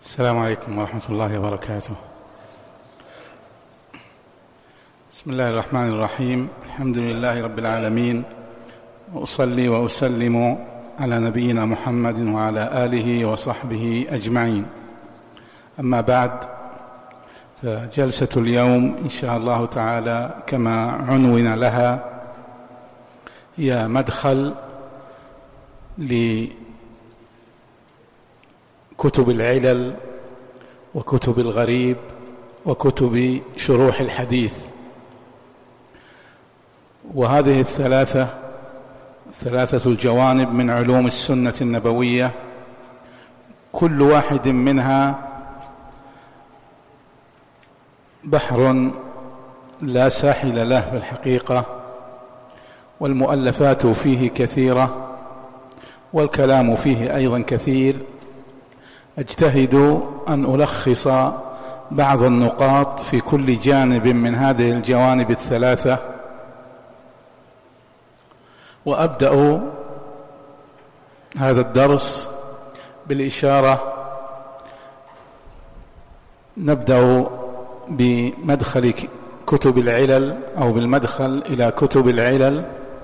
السلام عليكم ورحمة الله وبركاته. بسم الله الرحمن الرحيم. الحمد لله رب العالمين، وأصلي وأسلم على نبينا محمد وعلى آله وصحبه أجمعين. أما بعد، فجلسة اليوم إن شاء الله تعالى كما عنون لها هي مدخل لكتب العلل وكتب الغريب وكتب شروح الحديث، وهذه ثلاثة الجوانب من علوم السنة النبوية، كل واحد منها بحر لا ساحل له في الحقيقة، والمؤلفات فيه كثيرة والكلام فيه أيضا كثير. أجتهد أن ألخص بعض النقاط في كل جانب من هذه الجوانب الثلاثة، وأبدأ هذا الدرس بالإشارة. نبدأ بمدخل كتب العلل أو بالمدخل إلى كتب العلل.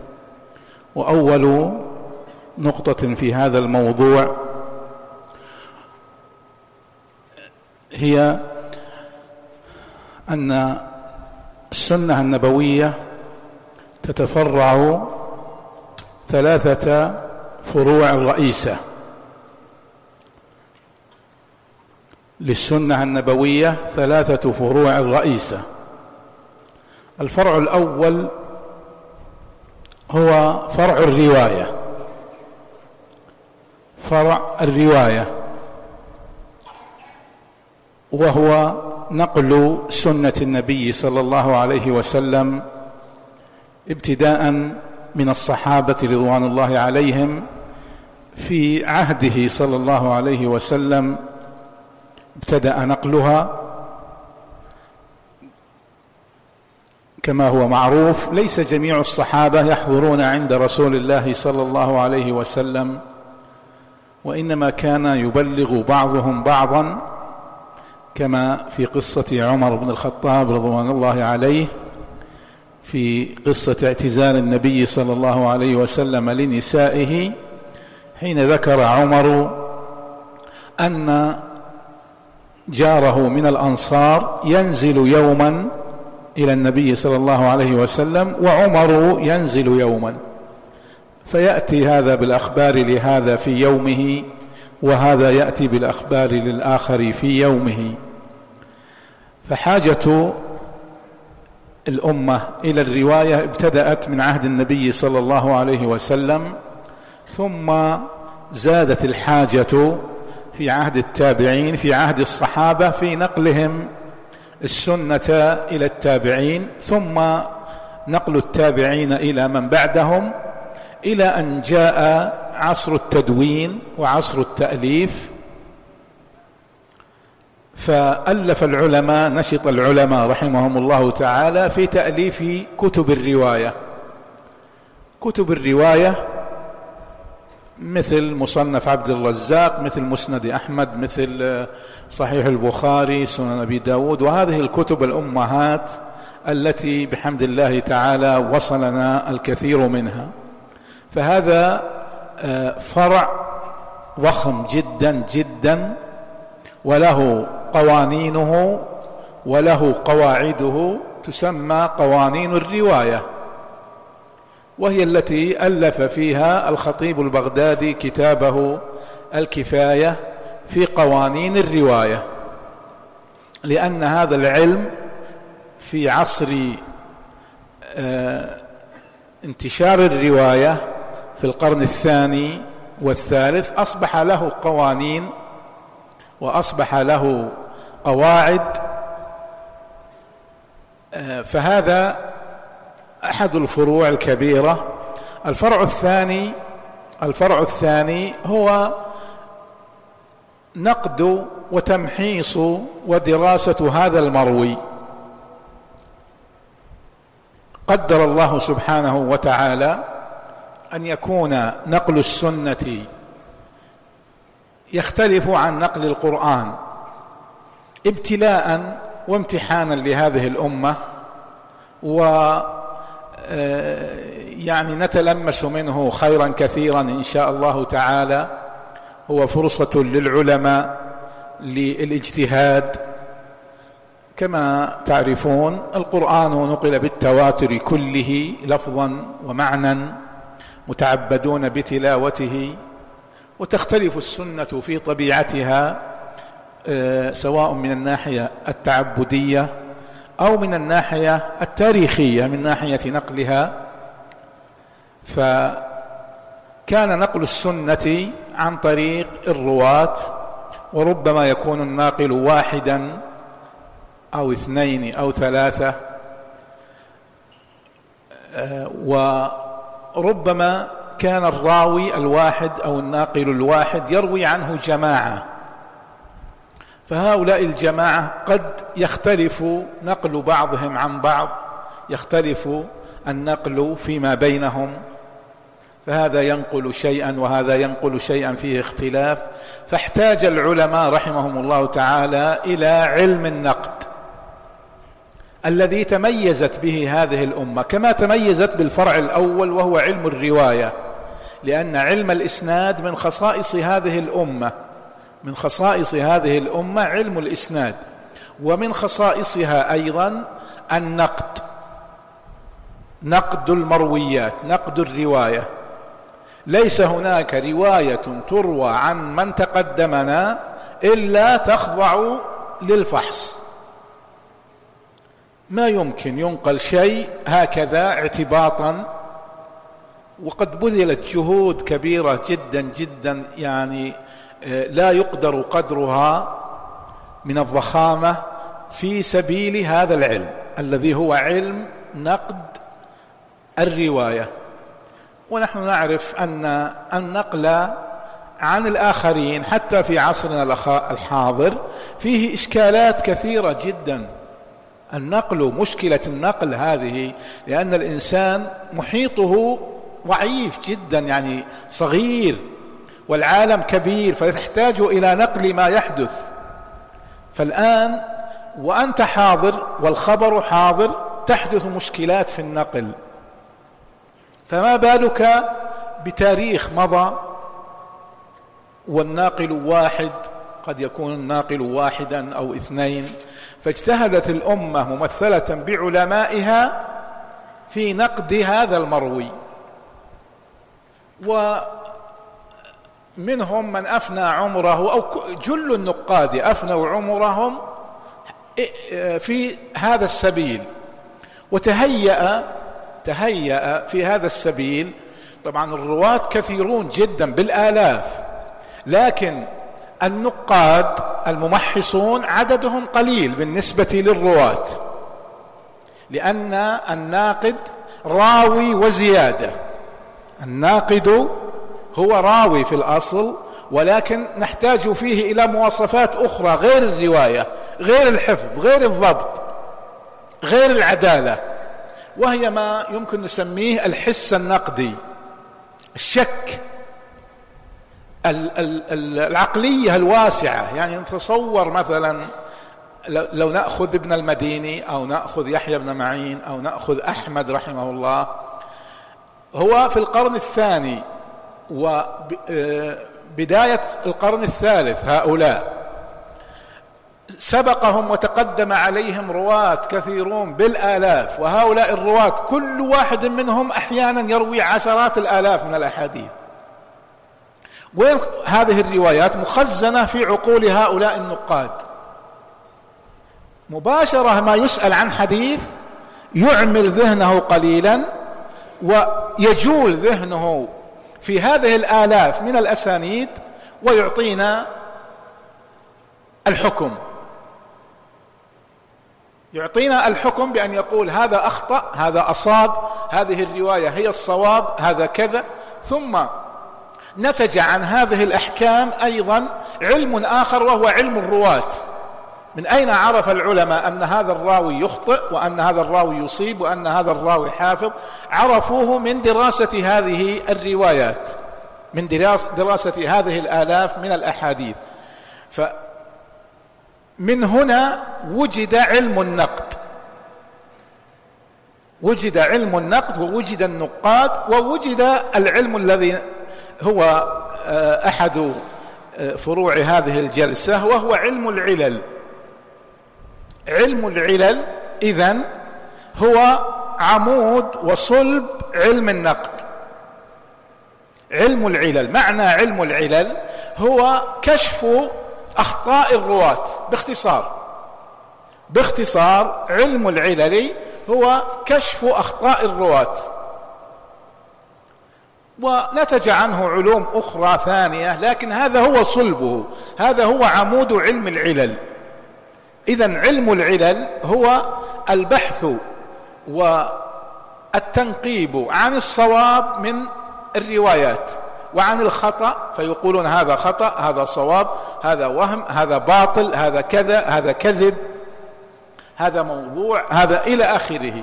وأول نقطة في هذا الموضوع هي أن السنة النبوية تتفرع ثلاثة فروع رئيسة للسنة النبوية، ثلاثة فروع رئيسة. الفرع الأول هو فرع الرواية، وهو نقل سنة النبي صلى الله عليه وسلم ابتداء من الصحابة رضوان الله عليهم في عهده صلى الله عليه وسلم، ابتدأ نقلها. كما هو معروف، ليس جميع الصحابة يحضرون عند رسول الله صلى الله عليه وسلم، وإنما كان يبلغ بعضهم بعضا، كما في قصة عمر بن الخطاب رضوان الله عليه في قصة اعتزال النبي صلى الله عليه وسلم لنسائه، حين ذكر عمر أن جاره من الأنصار ينزل يوما إلى النبي صلى الله عليه وسلم وعمر ينزل يوما، فيأتي هذا بالأخبار لهذا في يومه، وهذا يأتي بالأخبار للآخر في يومه. فحاجة الأمة إلى الرواية ابتدأت من عهد النبي صلى الله عليه وسلم، ثم زادت الحاجة في عهد التابعين، في عهد الصحابة، في نقلهم السنة إلى التابعين، ثم نقل التابعين إلى من بعدهم، إلى أن جاء عصر التدوين وعصر التأليف. فألف العلماء، نشط العلماء رحمهم الله تعالى في تأليف كتب الرواية. كتب الرواية مثل مصنف عبد الرزاق، مثل مسند أحمد، مثل صحيح البخاري، سنن أبي داود، وهذه الكتب الأمهات التي بحمد الله تعالى وصلنا الكثير منها. فهذا فرع ضخم جدا جدا، وله قوانينه وله قواعده، تسمى قوانين الرواية، وهي التي ألف فيها الخطيب البغدادي كتابه الكفاية في قوانين الرواية. لأن هذا العلم في عصر انتشار الرواية في القرن الثاني والثالث أصبح له قوانين وأصبح له قواعد. فهذا أحد الفروع الكبيرة. الفرع الثاني هو نقد وتمحيص ودراسة هذا المروي. قدر الله سبحانه وتعالى أن يكون نقل السنة يختلف عن نقل القرآن، ابتلاء وامتحانا لهذه الأمة، يعني نتلمس منه خيرا كثيرا إن شاء الله تعالى. هو فرصة للعلماء للاجتهاد. كما تعرفون القرآن نقل بالتواتر كله لفظا ومعنى، متعبدون بتلاوته، وتختلف السنة في طبيعتها سواء من الناحية التعبدية أو من الناحية التاريخية من ناحية نقلها. فكان نقل السنة عن طريق الرواة، وربما يكون الناقل واحدا أو اثنين أو ثلاثة، وربما كان الراوي الواحد أو الناقل الواحد يروي عنه جماعة، فهؤلاء الجماعة قد يختلف نقل بعضهم عن بعض، يختلف النقل فيما بينهم، فهذا ينقل شيئا وهذا ينقل شيئا فيه اختلاف. فاحتاج العلماء رحمهم الله تعالى إلى علم النقد الذي تميزت به هذه الأمة، كما تميزت بالفرع الأول وهو علم الرواية، لأن علم الإسناد من خصائص هذه الأمة، من خصائص هذه الأمة علم الإسناد، ومن خصائصها أيضا النقد، نقد المرويات، نقد الرواية. ليس هناك رواية تروى عن من تقدمنا إلا تخضع للفحص، ما يمكن ينقل شيء هكذا اعتباطا. وقد بذلت جهود كبيرة جدا جدا، يعني لا يقدر قدرها من الضخامة في سبيل هذا العلم الذي هو علم نقد الرواية. ونحن نعرف أن النقل عن الآخرين حتى في عصرنا الحاضر فيه إشكالات كثيرة جدا. النقل، مشكلة النقل هذه، لأن الإنسان محيطه ضعيف جدا، يعني صغير، والعالم كبير، فيحتاج إلى نقل ما يحدث. فالآن وأنت حاضر والخبر حاضر تحدث مشكلات في النقل، فما بالك بتاريخ مضى والناقل واحد، قد يكون الناقل واحدا أو اثنين. فاجتهدت الأمة ممثلة بعلمائها في نقد هذا المروي، ومنهم من أفنى عمره، أو جل النقاد أفنوا عمرهم في هذا السبيل، وتهيأ في هذا السبيل. طبعا الرواة كثيرون جدا بالآلاف، لكن النقاد الممحصون عددهم قليل بالنسبة للرواة، لأن الناقد راوي وزيادة. الناقد هو راوي في الأصل، ولكن نحتاج فيه إلى مواصفات أخرى غير الرواية، غير الحفظ، غير الضبط، غير العدالة، وهي ما يمكن نسميه الحس النقدي، الشك، العقلية الواسعة. يعني نتصور مثلا لو نأخذ ابن المديني أو نأخذ يحيى بن معين أو نأخذ أحمد رحمه الله، هو في القرن الثاني وبداية القرن الثالث، هؤلاء سبقهم وتقدم عليهم رواة كثيرون بالآلاف، وهؤلاء الرواة كل واحد منهم أحيانا يروي عشرات الآلاف من الأحاديث. وين هذه الروايات؟ مخزنة في عقول هؤلاء النقاد. مباشرة ما يسأل عن حديث يعمل ذهنه قليلا ويجول ذهنه في هذه الآلاف من الأسانيد ويعطينا الحكم، يعطينا الحكم بأن يقول هذا أخطأ، هذا أصاب، هذه الرواية هي الصواب، هذا كذا. ثم نتج عن هذه الأحكام أيضا علم آخر وهو علم الرواة. من أين عرف العلماء أن هذا الراوي يخطئ وأن هذا الراوي يصيب وأن هذا الراوي حافظ؟ عرفوه من دراسة هذه الروايات، من دراسة هذه الآلاف من الأحاديث. من هنا وجد علم النقد، وجد علم النقد ووجد النقاد، ووجد العلم الذي هو أحد فروع هذه الجلسة، وهو علم العلل. علم العلل إذن هو عمود وصلب علم النقد. علم العلل، معنى علم العلل هو كشف أخطاء الرواة. باختصار علم العلل هو كشف أخطاء الرواة، ونتج عنه علوم أخرى ثانية، لكن هذا هو صلبه، هذا هو عمود علم العلل. إذن علم العلل هو البحث والتنقيب عن الصواب من الروايات وعن الخطأ، فيقولون هذا خطأ، هذا صواب، هذا وهم، هذا باطل، هذا كذا، هذا كذب، هذا موضوع، هذا إلى آخره.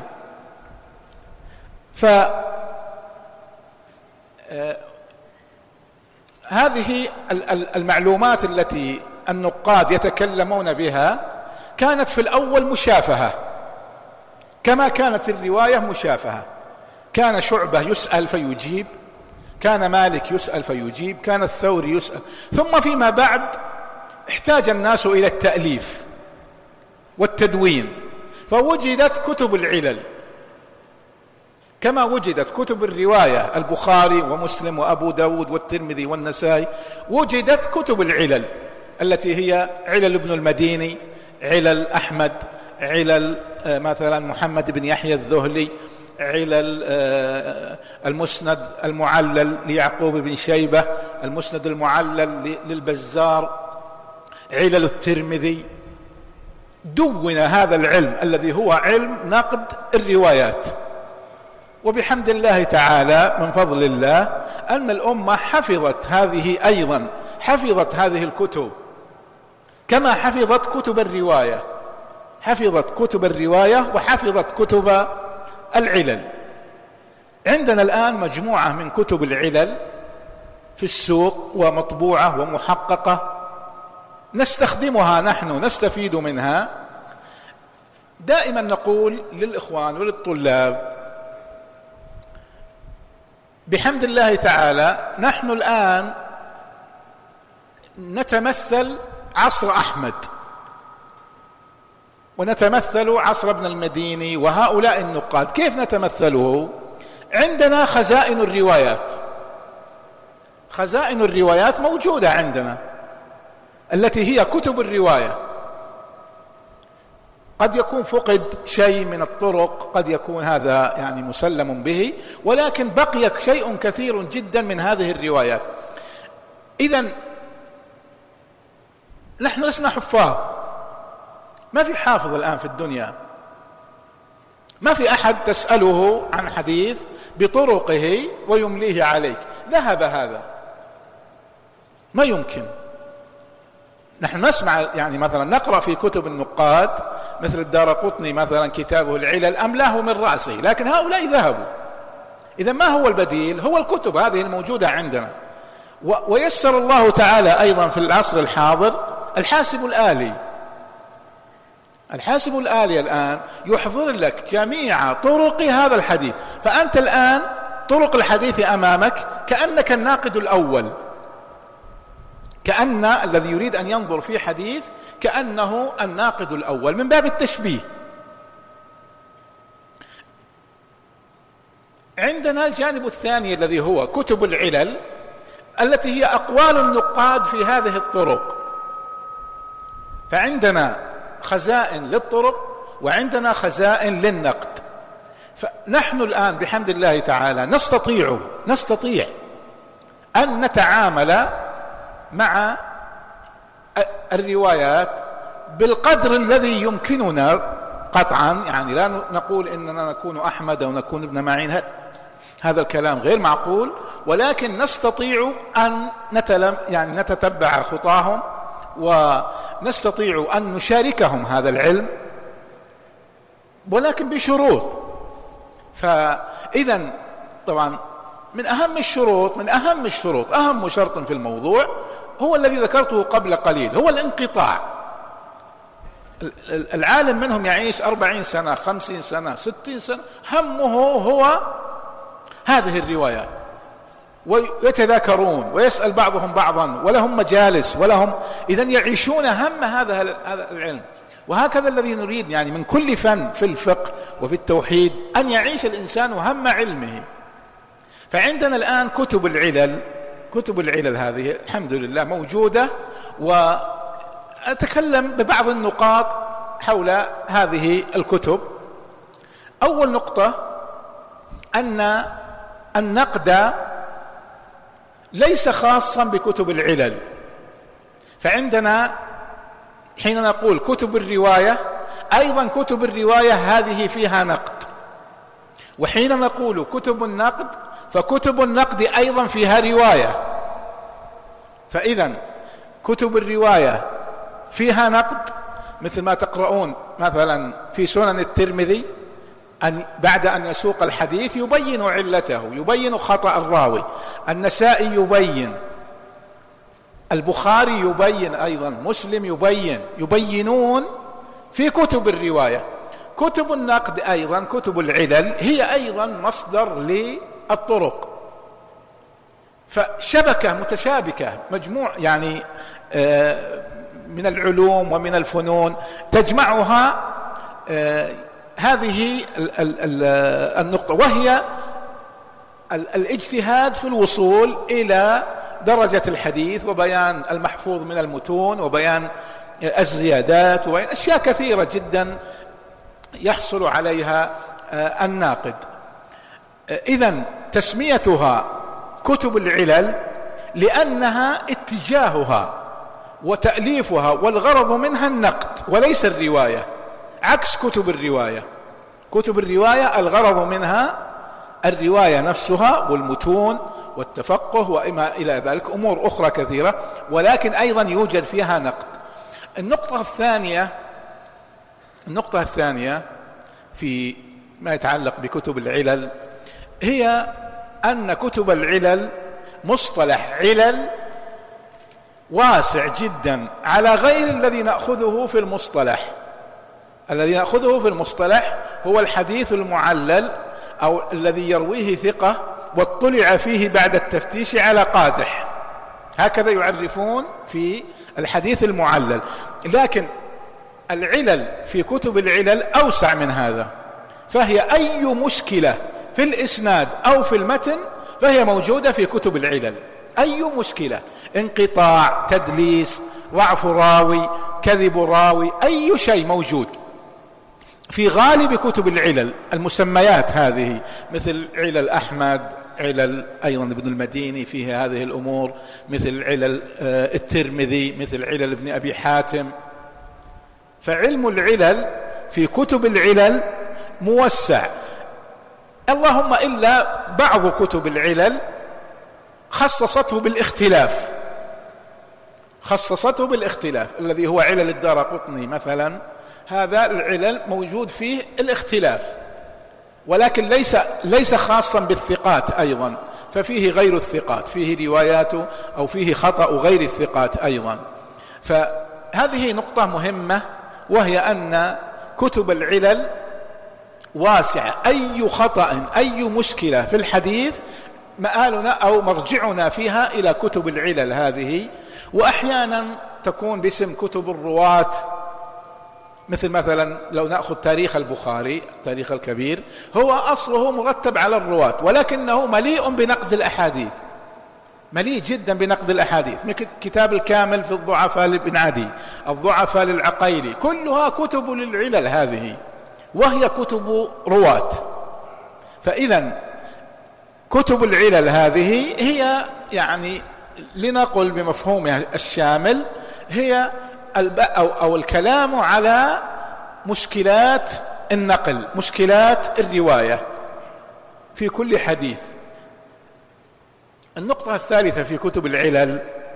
هذه المعلومات التي النقاد يتكلمون بها كانت في الأول مشافهة، كما كانت الرواية مشافهة. كان شعبة يسأل فيجيب، كان مالك يسأل فيجيب، كان الثوري يسأل. ثم فيما بعد احتاج الناس إلى التأليف والتدوين، فوجدت كتب العلل كما وجدت كتب الرواية، البخاري ومسلم وأبو داود والترمذي والنسائي. وجدت كتب العلل التي هي علل ابن المديني، علل أحمد، علل مثلا محمد بن يحيى الذهلي، علل المسند المعلل ليعقوب بن شيبة، المسند المعلل للبزار، علل الترمذي. دون هذا العلم الذي هو علم نقد الروايات. وبحمد الله تعالى من فضل الله أن الأمة حفظت هذه أيضا، حفظت هذه الكتب كما حفظت كتب الرواية، حفظت كتب الرواية وحفظت كتب العلل. عندنا الآن مجموعة من كتب العلل في السوق ومطبوعة ومحققة، نستخدمها نحن، نستفيد منها. دائما نقول للإخوان وللطلاب بحمد الله تعالى نحن الآن نتمثل عصر أحمد ونتمثل عصر ابن المديني وهؤلاء النقاد. كيف نتمثله؟ عندنا خزائن الروايات، خزائن الروايات موجودة عندنا التي هي كتب الرواية. قد يكون فقد شيء من الطرق، قد يكون هذا يعني مسلم به، ولكن بقي شيء كثير جدا من هذه الروايات. إذن نحن لسنا حفاظ، ما في حافظ الآن في الدنيا، ما في أحد تسأله عن حديث بطرقه ويمليه عليك. ذهب هذا، ما يمكن. نحن نسمع يعني مثلا نقرأ في كتب النقاد مثل الدارقطني مثلا كتابه العلل أملاه من رأسه، لكن هؤلاء ذهبوا. إذا ما هو البديل؟ هو الكتب هذه الموجودة عندنا. ويسر الله تعالى أيضا في العصر الحاضر الحاسب الآلي. الحاسب الآلي الآن يحضر لك جميع طرق هذا الحديث، فأنت الآن طرق الحديث أمامك كأنك الناقد الأول، كأن الذي يريد أن ينظر في حديث كأنه الناقد الأول من باب التشبيه. عندنا الجانب الثاني الذي هو كتب العلل التي هي أقوال النقاد في هذه الطرق. فعندنا خزائن للطرق وعندنا خزائن للنقد. فنحن الآن بحمد الله تعالى نستطيع أن نتعامل مع الروايات بالقدر الذي يمكننا قطعا. يعني لا نقول إننا نكون أحمد أو نكون ابن معين، هذا الكلام غير معقول، ولكن نستطيع أن نتتبع خطاهم ونستطيع أن نشاركهم هذا العلم، ولكن بشروط. فإذا طبعا من أهم الشروط أهم شرط في الموضوع هو الذي ذكرته قبل قليل، هو الانقطاع. العالم منهم يعيش 40 سنة 50 سنة 60 سنة، همه هو هذه الروايات، ويتذاكرون ويسأل بعضهم بعضا ولهم مجالس ولهم، إذن يعيشون هم هذا العلم. وهكذا الذي نريد يعني من كل فن في الفقه وفي التوحيد أن يعيش الإنسان هم علمه. فعندنا الآن كتب العلل هذه الحمد لله موجودة، وأتكلم ببعض النقاط حول هذه الكتب. أول نقطة أن النقد ليس خاصا بكتب العلل. فعندنا حين نقول كتب الرواية أيضا كتب الرواية هذه فيها نقد، وحين نقول كتب النقد فكتب النقد أيضا فيها رواية. فإذا كتب الرواية فيها نقد، مثل ما تقرؤون مثلا في سنن الترمذي بعد أن يسوق الحديث يبين علته، يبين خطأ الراوي، النسائي يبين، البخاري يبين، أيضا مسلم يبينون في كتب الرواية. كتب النقد أيضا كتب العلل هي أيضا مصدر للطرق، فشبكة متشابكة، مجموع يعني من العلوم ومن الفنون تجمعها هذه النقطة، وهي الاجتهاد في الوصول إلى درجة الحديث وبيان المحفوظ من المتون وبيان الزيادات وبيان أشياء كثيرة جدا يحصل عليها الناقد. إذن تسميتها كتب العلل لأنها اتجاهها وتأليفها والغرض منها النقد وليس الرواية، عكس كتب الرواية. كتب الرواية الغرض منها الرواية نفسها والمتون والتفقه وما إلى ذلك، أمور أخرى كثيرة، ولكن أيضا يوجد فيها نقد. النقطة الثانية في ما يتعلق بكتب العلل هي أن كتب العلل مصطلح علل واسع جدا على غير الذي نأخذه في المصطلح. الذي نأخذه في المصطلح هو الحديث المعلل أو الذي يرويه ثقة واطلع فيه بعد التفتيش على قادح، هكذا يعرفون في الحديث المعلل. لكن العلل في كتب العلل أوسع من هذا، فهي أي مشكلة في الإسناد أو في المتن فهي موجودة في كتب العلل. أي مشكلة، انقطاع، تدليس، ضعف راوي، كذب راوي، أي شيء موجود في غالب كتب العلل. المسميات هذه مثل علل أحمد، علل أيضا ابن المديني فيه هذه الأمور، مثل علل الترمذي، مثل علل ابن أبي حاتم. فعلم العلل في كتب العلل موسع، اللهم إلا بعض كتب العلل خصصته بالاختلاف الذي هو علل الدارقطني مثلا، هذا العلل موجود فيه الاختلاف، ولكن ليس خاصا بالثقات أيضا، ففيه غير الثقات، فيه رواياته أو فيه خطأ غير الثقات أيضا. فهذه نقطة مهمة، وهي أن كتب العلل واسعة، أي خطأ أي مشكلة في الحديث مآلنا أو مرجعنا فيها إلى كتب العلل هذه. وأحيانا تكون باسم كتب الرواة، مثلا لو نأخذ تاريخ البخاري، التاريخ الكبير، هو أصله مرتب على الرواة، ولكنه مليء بنقد الأحاديث، مليء جدا بنقد الأحاديث. كتاب الكامل في الضعفاء لابن عدي، الضعفاء للعقيلي، كلها كتب للعلل هذه، وهي كتب رواة. فإذا كتب العلل هذه هي يعني لنقل بمفهومها الشامل هي أو الكلام على مشكلات النقل، مشكلات الرواية في كل حديث. النقطة الثالثة في كتب العلل،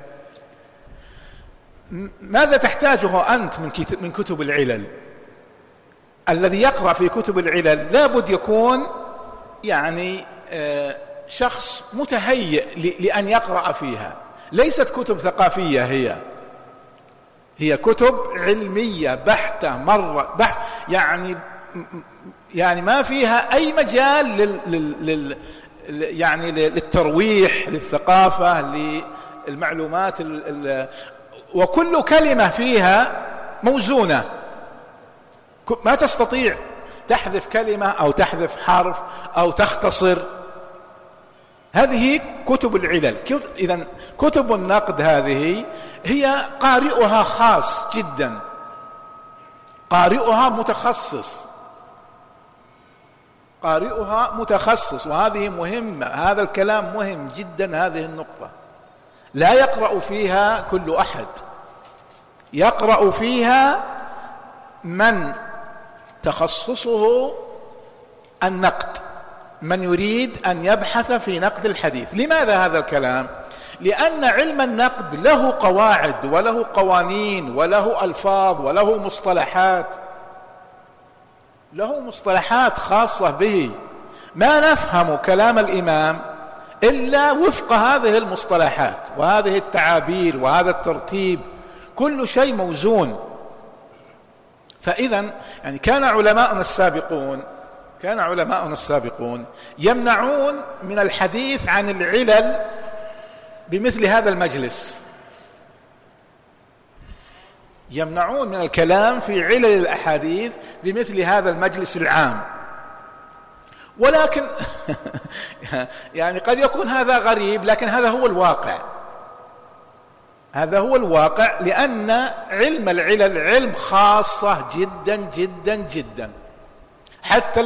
ماذا تحتاجه أنت من كتب العلل؟ الذي يقرأ في كتب العلل لابد يكون يعني شخص متهيئ لأن يقرأ فيها، ليست كتب ثقافية هي، هي كتب علمية بحتة مرة يعني ما فيها أي مجال يعني للترويح، للثقافة، للمعلومات، وكل كلمة فيها موزونة، ما تستطيع تحذف كلمة أو تحذف حرف أو تختصر. هذه كتب العلل. إذن كتب النقد هذه هي قارئها خاص جدا، قارئها متخصص، وهذه مهمة، هذا الكلام مهم جدا. هذه النقطة لا يقرأ فيها كل أحد، يقرأ فيها من تخصصه النقد، من يريد أن يبحث في نقد الحديث. لماذا هذا الكلام؟ لأن علم النقد له قواعد وله قوانين وله ألفاظ وله مصطلحات خاصة به. ما نفهم كلام الإمام إلا وفق هذه المصطلحات وهذه التعابير وهذا الترتيب، كل شيء موزون. فإذا يعني كان علماؤنا السابقون يمنعون من الحديث عن العلل بمثل هذا المجلس، يمنعون من الكلام في علل الأحاديث بمثل هذا المجلس العام. ولكن يعني قد يكون هذا غريب، لكن هذا هو الواقع، لأن علم العلل علم خاصة جدا جدا جدا. حتى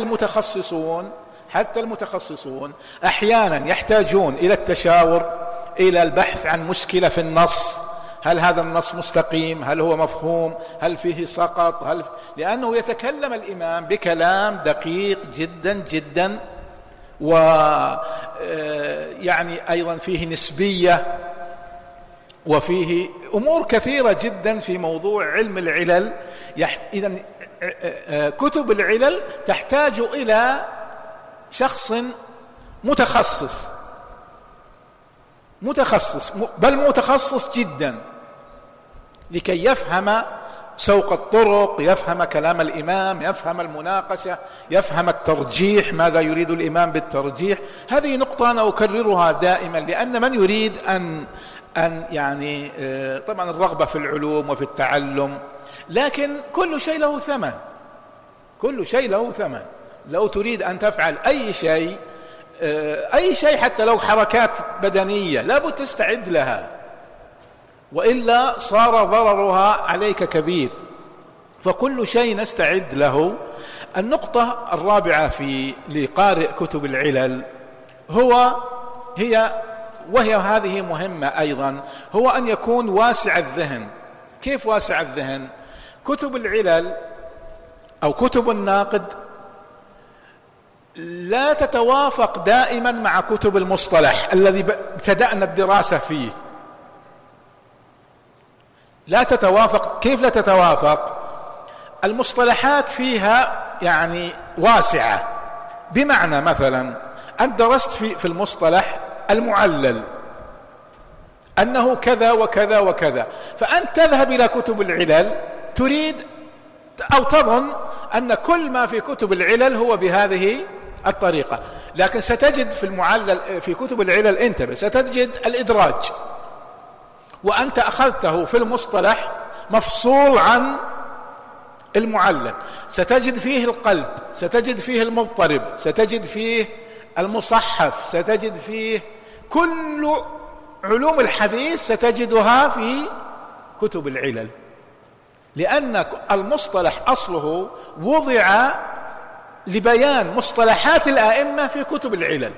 المتخصصون أحيانا يحتاجون إلى التشاور، إلى البحث عن مشكلة في النص، هل هذا النص مستقيم، هل هو مفهوم، هل فيه سقط، لأنه يتكلم الإمام بكلام دقيق جدا جدا، ويعني أيضا فيه نسبية، وفيه أمور كثيرة جدا في موضوع علم العلل. إذن كتب العلل تحتاج إلى شخص متخصص بل متخصص جدا، لكي يفهم سوق الطرق، يفهم كلام الإمام، يفهم المناقشة، يفهم الترجيح، ماذا يريد الإمام بالترجيح. هذه نقطة أنا أكررها دائما، لأن من يريد أن يعني طبعا الرغبة في العلوم وفي التعلم، لكن كل شيء له ثمن. لو تريد أن تفعل أي شيء حتى لو حركات بدنية لابد تستعد لها، وإلا صار ضررها عليك كبير. فكل شيء نستعد له. النقطة الرابعة لقارئ كتب العلل وهي هذه مهمة أيضا، هو أن يكون واسع الذهن. كيف واسع الذهن؟ كتب العلل أو كتب الناقد لا تتوافق دائما مع كتب المصطلح الذي ابتدأنا الدراسة فيه. لا تتوافق. كيف لا تتوافق؟ المصطلحات فيها يعني واسعة، بمعنى مثلا أنت درست في المصطلح المعلل أنه كذا وكذا وكذا، فأنت تذهب إلى كتب العلل تريد أو تظن أن كل ما في كتب العلل هو بهذه الطريقة، لكن ستجد في كتب العلل انتبه، ستجد الإدراج، وأنت أخذته في المصطلح مفصول عن المعلل. ستجد فيه القلب، ستجد فيه المضطرب، ستجد فيه المصحف، ستجد فيه كل علوم الحديث ستجدها في كتب العلل، لأن المصطلح أصله وضع لبيان مصطلحات الآئمة في كتب العلل.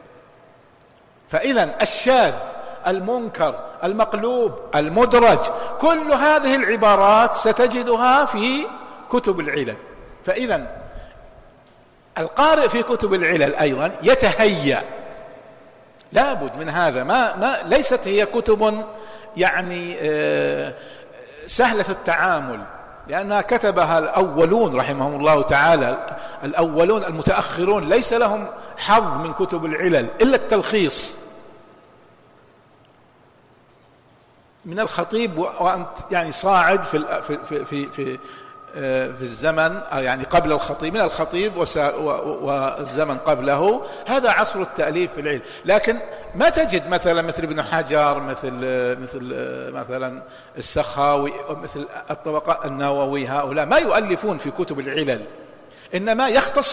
فإذن الشاذ، المنكر، المقلوب، المدرج، كل هذه العبارات ستجدها في كتب العلل. فإذن القارئ في كتب العلل أيضا يتهيأ، لابد من هذا. ليست هي كتب يعني سهلة التعامل، لأنها كتبها الأولون رحمهم الله تعالى، الأولون المتأخرون ليس لهم حظ من كتب العلل إلا التلخيص. من الخطيب وأنت يعني صاعد في الزمن، يعني قبل الخطيب، من الخطيب والزمن قبله، هذا عصر التأليف في العلم. لكن ما تجد مثلا مثل ابن حجر، مثلا السخاوي، مثل الطبقة النووي، هؤلاء ما يؤلفون في كتب العلل، إنما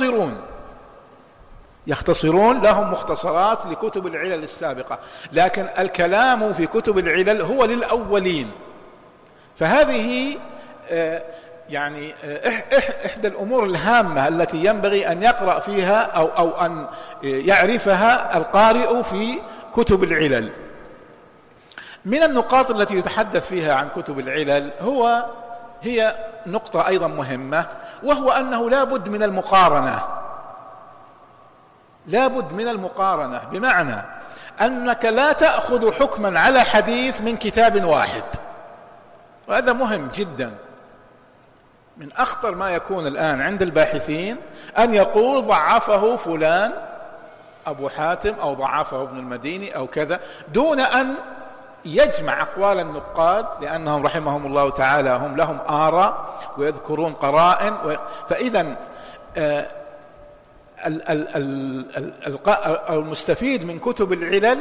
يختصرون لهم مختصرات لكتب العلل السابقة، لكن الكلام في كتب العلل هو للأولين. فهذه يعني إحدى الأمور الهامة التي ينبغي أن يقرأ فيها أو أن يعرفها القارئ في كتب العلل. من النقاط التي يتحدث فيها عن كتب العلل هي نقطة أيضا مهمة، وهو أنه لا بد من المقارنة، بمعنى أنك لا تأخذ حكما على حديث من كتاب واحد، وهذا مهم جدا. من أخطر ما يكون الآن عند الباحثين أن يقول ضعفه فلان أبو حاتم أو ضعفه ابن المديني أو كذا، دون أن يجمع أقوال النقاد، لأنهم رحمهم الله تعالى هم لهم آراء ويذكرون قرائن. فإذا المستفيد من كتب العلل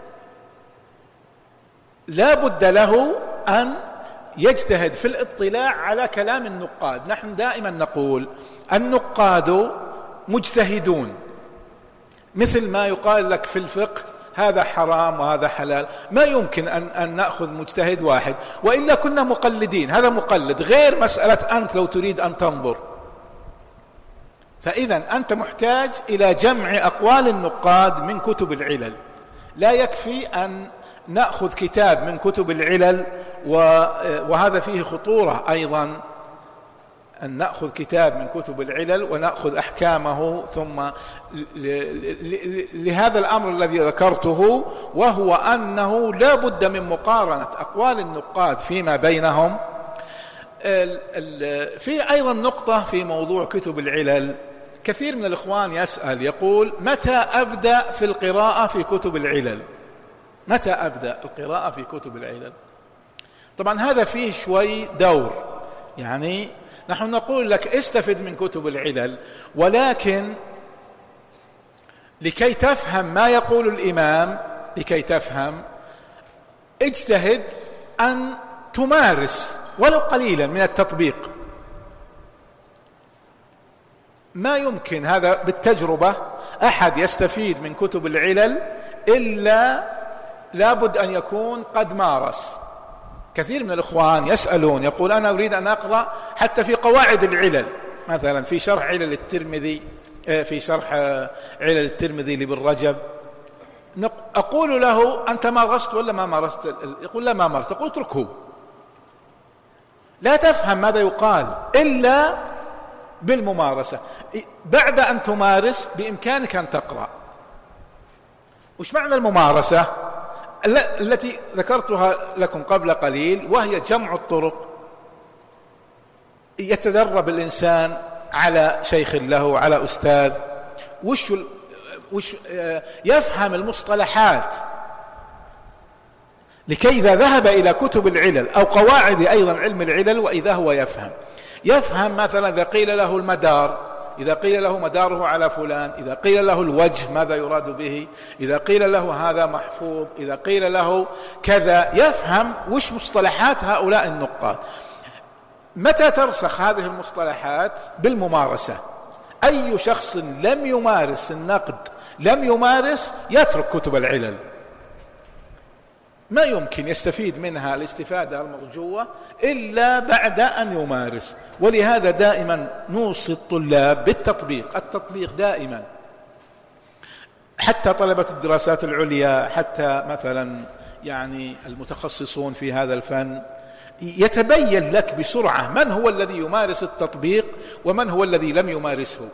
لا بد له أن يجتهد في الاطلاع على كلام النقاد. نحن دائما نقول النقاد مجتهدون، مثل ما يقال لك في الفقه هذا حرام وهذا حلال، ما يمكن أن نأخذ مجتهد واحد، وإلا كنا مقلدين. هذا مقلد، غير مسألة أنت لو تريد أن تنظر. فإذا أنت محتاج إلى جمع أقوال النقاد من كتب العلل. لا يكفي أن نأخذ كتاب من كتب العلل، وهذا فيه خطورة أيضا، أن نأخذ كتاب من كتب العلل ونأخذ أحكامه ثم لهذا الأمر الذي ذكرته، وهو أنه لا بد من مقارنة أقوال النقاد فيما بينهم. في أيضا نقطة في موضوع كتب العلل، كثير من الإخوان يسأل يقول متى أبدأ في القراءة في كتب العلل؟ متى أبدأ القراءة في كتب العلل؟ طبعا هذا فيه شوي دور، يعني نحن نقول لك استفد من كتب العلل، ولكن لكي تفهم ما يقول الإمام، لكي تفهم اجتهد أن تمارس ولو قليلا من التطبيق. ما يمكن هذا بالتجربة أحد يستفيد من كتب العلل إلا لابد أن يكون قد مارس. كثير من الإخوان يسألون يقول أنا أريد أن أقرأ حتى في قواعد العلل، مثلا في شرح علل الترمذي، في شرح علل الترمذي لابن رجب، أقول له أنت مارست ولا ما مارست؟ يقول لا ما مارست. أقول اتركه، لا تفهم ماذا يقال إلا بالممارسة. بعد أن تمارس بإمكانك أن تقرأ. وش معنى الممارسة التي ذكرتها لكم قبل قليل، وهي جمع الطرق. يتدرب الإنسان على شيخ له، على أستاذ، يفهم المصطلحات، لكي إذا ذهب إلى كتب العلل أو قواعد أيضا علم العلل، وإذا هو يفهم مثلا إذا قيل له المدار، إذا قيل له مداره على فلان، إذا قيل له الوجه ماذا يراد به، إذا قيل له هذا محفوظ، إذا قيل له كذا، يفهم وش مصطلحات هؤلاء النقاد. متى ترسخ هذه المصطلحات؟ بالممارسة. أي شخص لم يمارس النقد، لم يمارس، يترك كتب العلل، ما يمكن يستفيد منها الاستفادة المرجوة إلا بعد أن يمارس. ولهذا دائما نوصي الطلاب بالتطبيق، التطبيق دائما، حتى طلبة الدراسات العليا، حتى مثلا يعني المتخصصون في هذا الفن، يتبين لك بسرعة من هو الذي يمارس التطبيق ومن هو الذي لم يمارسه.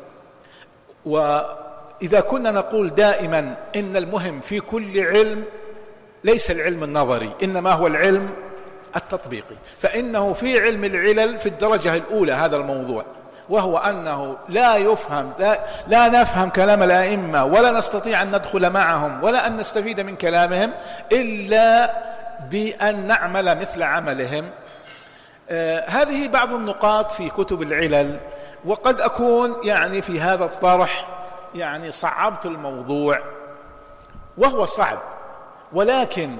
وإذا كنا نقول دائما إن المهم في كل علم ليس العلم النظري، إنما هو العلم التطبيقي، فإنه في علم العلل في الدرجة الأولى هذا الموضوع، وهو أنه لا نفهم كلام الأئمة، ولا نستطيع أن ندخل معهم، ولا أن نستفيد من كلامهم إلا بأن نعمل مثل عملهم. هذه بعض النقاط في كتب العلل، وقد أكون يعني في هذا الطرح يعني صعبت الموضوع، وهو صعب، ولكن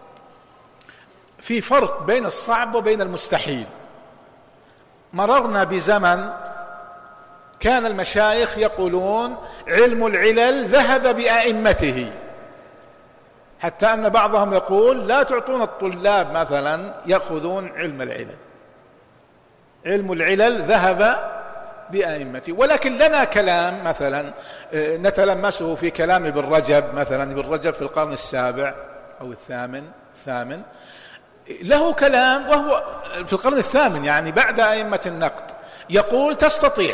في فرق بين الصعب وبين المستحيل. مررنا بزمن كان المشايخ يقولون علم العلل ذهب بأئمته، حتى أن بعضهم يقول لا تعطون الطلاب مثلا يأخذون علم العلل، علم العلل ذهب بأئمته. ولكن لنا كلام مثلا نتلمسه في كلام ابن رجب، مثلا ابن رجب في القرن السابع أو الثامن له كلام، وهو في القرن الثامن يعني بعد أئمة النقد، يقول تستطيع،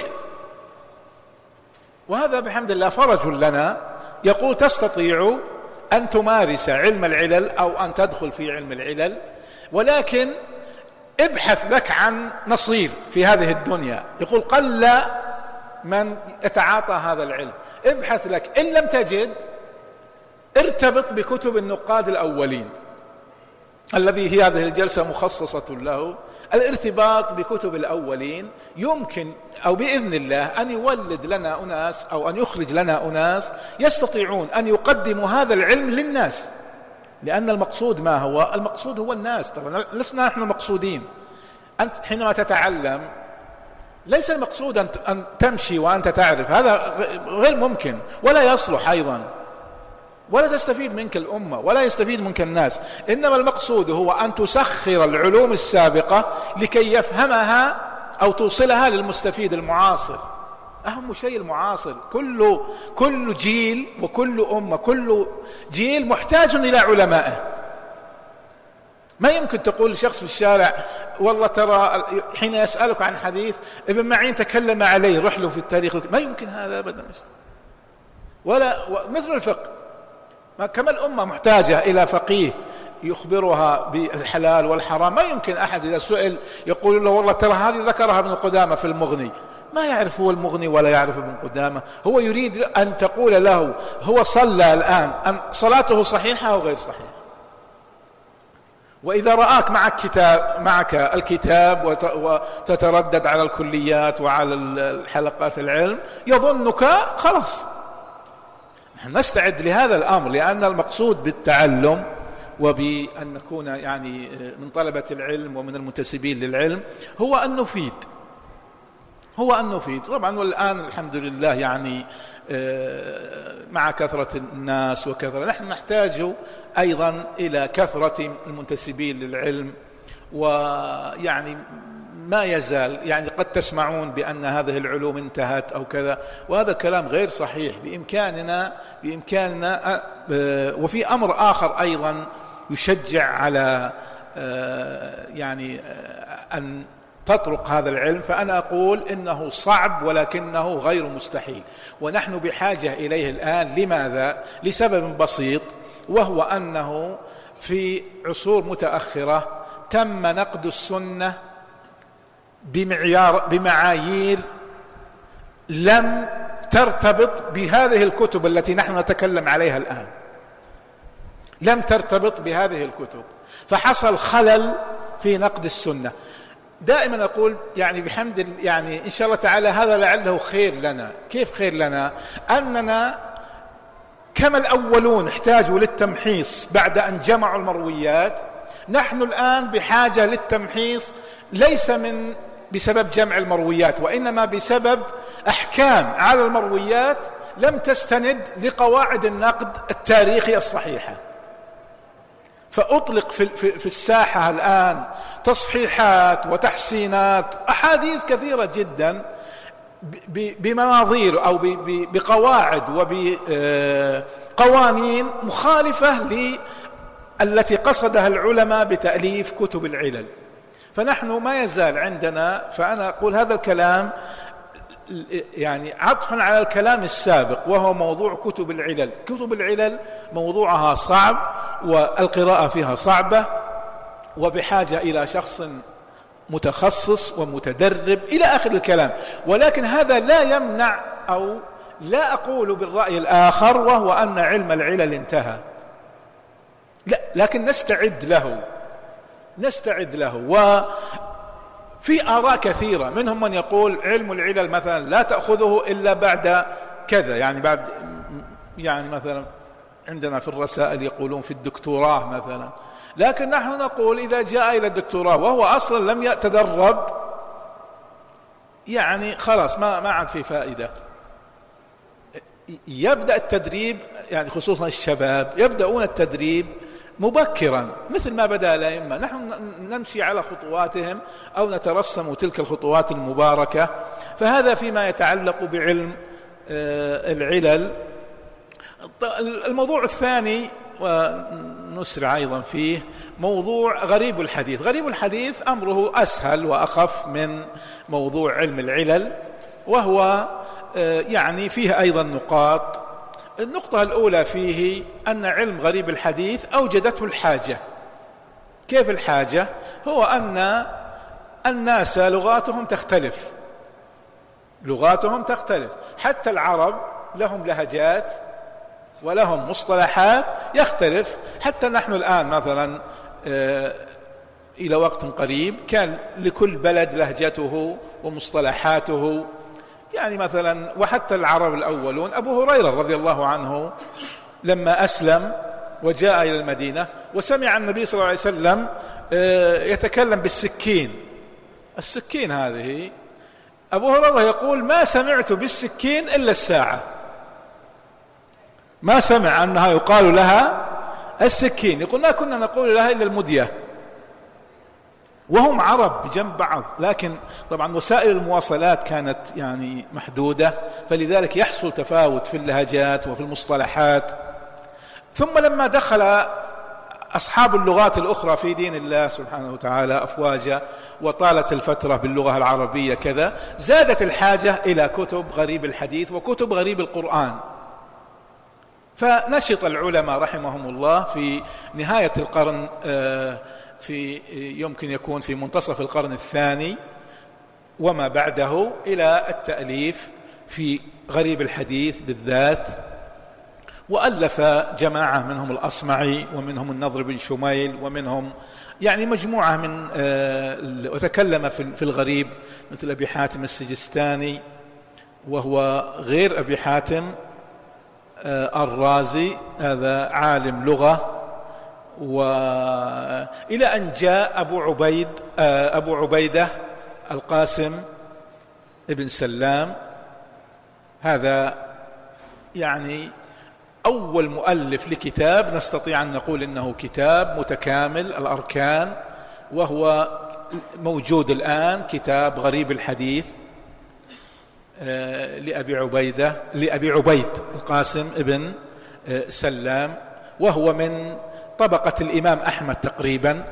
وهذا بحمد الله فرج لنا، يقول تستطيع أن تمارس علم العلل أو أن تدخل في علم العلل، ولكن ابحث لك عن نصير في هذه الدنيا. يقول قل من يتعاطى هذا العلم، ابحث لك، إن لم تجد ارتبط بكتب النقاد الأولين، الذي هي هذه الجلسة مخصصة له. الارتباط بكتب الأولين يمكن أو بإذن الله أن يولد لنا أناس أو أن يخرج لنا أناس يستطيعون أن يقدموا هذا العلم للناس، لأن المقصود ما هو؟ المقصود هو الناس. طبعا لسنا نحن مقصودين. أنت حينما تتعلم ليس المقصود أن تمشي وأنت تعرف، هذا غير ممكن ولا يصلح أيضا، ولا تستفيد منك الأمة ولا يستفيد منك الناس. إنما المقصود هو أن تسخر العلوم السابقة لكي يفهمها أو توصلها للمستفيد المعاصر. أهم شيء المعاصر، كل جيل وكل أمة كل جيل محتاج إلى علمائه. ما يمكن تقول لشخص في الشارع والله ترى حين يسألك عن حديث ابن معين تكلم عليه روح له في التاريخ، ما يمكن هذا أبدا. ولا مثل الفقه، كما الأمة محتاجة إلى فقيه يخبرها بالحلال والحرام، ما يمكن أحد إذا سئل يقول له والله ترى هذه ذكرها ابن قدامة في المغني، ما يعرف هو المغني ولا يعرف ابن قدامة. هو يريد أن تقول له هو صلى الآن أن صلاته صحيحة أو غير صحيحة. وإذا رآك معك الكتاب وتتردد على الكليات وعلى الحلقات العلم يظنك خلاص. نحن نستعد لهذا الأمر، لأن المقصود بالتعلم وبأن نكون يعني من طلبة العلم ومن المنتسبين للعلم هو أن نفيد. طبعا والآن الحمد لله يعني مع كثرة الناس وكثرة، نحن نحتاج أيضا إلى كثرة المنتسبين للعلم. ويعني ما يزال يعني قد تسمعون بأن هذه العلوم انتهت أو كذا، وهذا الكلام غير صحيح. بإمكاننا وفي أمر آخر أيضا يشجع على يعني أن تطرق هذا العلم، فأنا أقول إنه صعب ولكنه غير مستحيل، ونحن بحاجة إليه الآن. لماذا؟ لسبب بسيط، وهو أنه في عصور متأخرة تم نقد السنة بمعايير لم ترتبط بهذه الكتب التي نحن نتكلم عليها الآن، لم ترتبط بهذه الكتب، فحصل خلل في نقد السنة. دائما أقول يعني بحمد يعني إن شاء الله تعالى هذا لعله خير لنا. كيف خير لنا؟ أننا كما الأولون احتاجوا للتمحيص بعد أن جمعوا المرويات، نحن الآن بحاجة للتمحيص ليس بسبب جمع المرويات، وإنما بسبب أحكام على المرويات لم تستند لقواعد النقد التاريخي الصحيحة. فأطلق في الساحة الآن تصحيحات وتحسينات أحاديث كثيرة جدا بمناظير أو بقواعد وبقوانين مخالفة التي قصدها العلماء بتأليف كتب العلل. فنحن ما يزال عندنا، فأنا أقول هذا الكلام يعني عطفا على الكلام السابق، وهو موضوع كتب العلل. كتب العلل موضوعها صعب والقراءة فيها صعبة، وبحاجة إلى شخص متخصص ومتدرب إلى آخر الكلام. ولكن هذا لا يمنع أو لا أقول بالرأي الآخر، وهو أن علم العلل انتهى. لا، لكن نستعد له. وفي آراء كثيرة، منهم من يقول علم العلل مثلا لا تأخذه إلا بعد كذا، يعني مثلا عندنا في الرسائل يقولون في الدكتوراه مثلا، لكن نحن نقول إذا جاء إلى الدكتوراه وهو أصلا لم يتدرب، يعني خلاص ما عاد في فائدة. يبدأ التدريب، يعني خصوصا الشباب يبدأون التدريب مبكرا مثل ما بدأ الأئمة، نحن نمشي على خطواتهم أو نترسم تلك الخطوات المباركة. فهذا فيما يتعلق بعلم العلل. الموضوع الثاني ونسرع أيضا فيه موضوع غريب الحديث. غريب الحديث أمره أسهل وأخف من موضوع علم العلل، وهو يعني فيه أيضا نقاط. النقطة الأولى فيه أن علم غريب الحديث أوجدته الحاجة. كيف الحاجة؟ هو أن الناس لغاتهم تختلف، حتى العرب لهم لهجات ولهم مصطلحات يختلف. حتى نحن الآن مثلا إلى وقت قريب كان لكل بلد لهجته ومصطلحاته، يعني مثلا وحتى العرب الأولون. أبو هريرة رضي الله عنه لما أسلم وجاء إلى المدينة وسمع النبي صلى الله عليه وسلم يتكلم بالسكين، السكين هذه أبو هريرة يقول ما سمعت بالسكين إلا الساعة، ما سمع أنها يقال لها السكين، يقول ما كنا نقول لها إلا المدية. وهم عرب بجنب بعض، لكن طبعا وسائل المواصلات كانت يعني محدودة، فلذلك يحصل تفاوت في اللهجات وفي المصطلحات. ثم لما دخل أصحاب اللغات الأخرى في دين الله سبحانه وتعالى أفواجا، وطالت الفترة باللغة العربية كذا، زادت الحاجة إلى كتب غريب الحديث وكتب غريب القرآن. فنشط العلماء رحمهم الله في نهاية القرن، يمكن يكون في منتصف القرن الثاني وما بعده، إلى التأليف في غريب الحديث بالذات. وألف جماعة منهم الأصمعي ومنهم النضر بن شميل ومنهم يعني مجموعة من وتكلم في الغريب مثل أبي حاتم السجستاني، وهو غير أبي حاتم الرازي، هذا عالم لغة. وإلى أن جاء أبو عبيدة القاسم ابن سلام، هذا يعني أول مؤلف لكتاب نستطيع أن نقول إنه كتاب متكامل الأركان، وهو موجود الآن، كتاب غريب الحديث لأبي عبيد القاسم ابن سلام، وهو من طبقة الإمام أحمد تقريبا،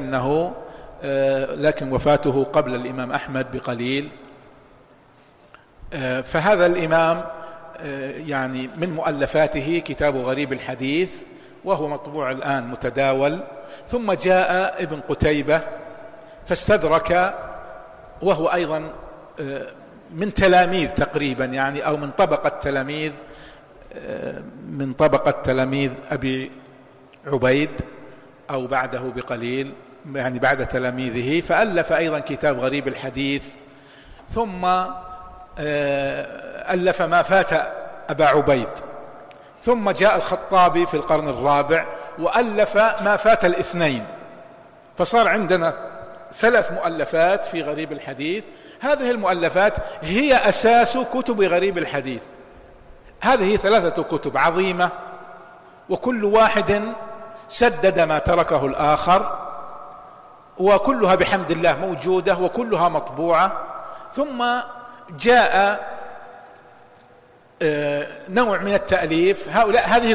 لكن وفاته قبل الإمام أحمد بقليل. فهذا الإمام يعني من مؤلفاته كتاب غريب الحديث، وهو مطبوع الآن متداول. ثم جاء ابن قتيبة فاستدرك، وهو أيضا من تلاميذ تقريبا، يعني أو من طبقة تلاميذ أبي عبيد أو بعده بقليل، يعني بعد تلاميذه، فألف أيضا كتاب غريب الحديث. ثم ألف ما فات أبا عبيد. ثم جاء الخطابي في القرن الرابع وألف ما فات الاثنين، فصار عندنا 3 مؤلفات في غريب الحديث. هذه المؤلفات هي أساس كتب غريب الحديث. هذه 3 كتب عظيمة، وكل واحد سدد ما تركه الآخر، وكلها بحمد الله موجودة وكلها مطبوعة. ثم جاء نوع من التأليف، هذه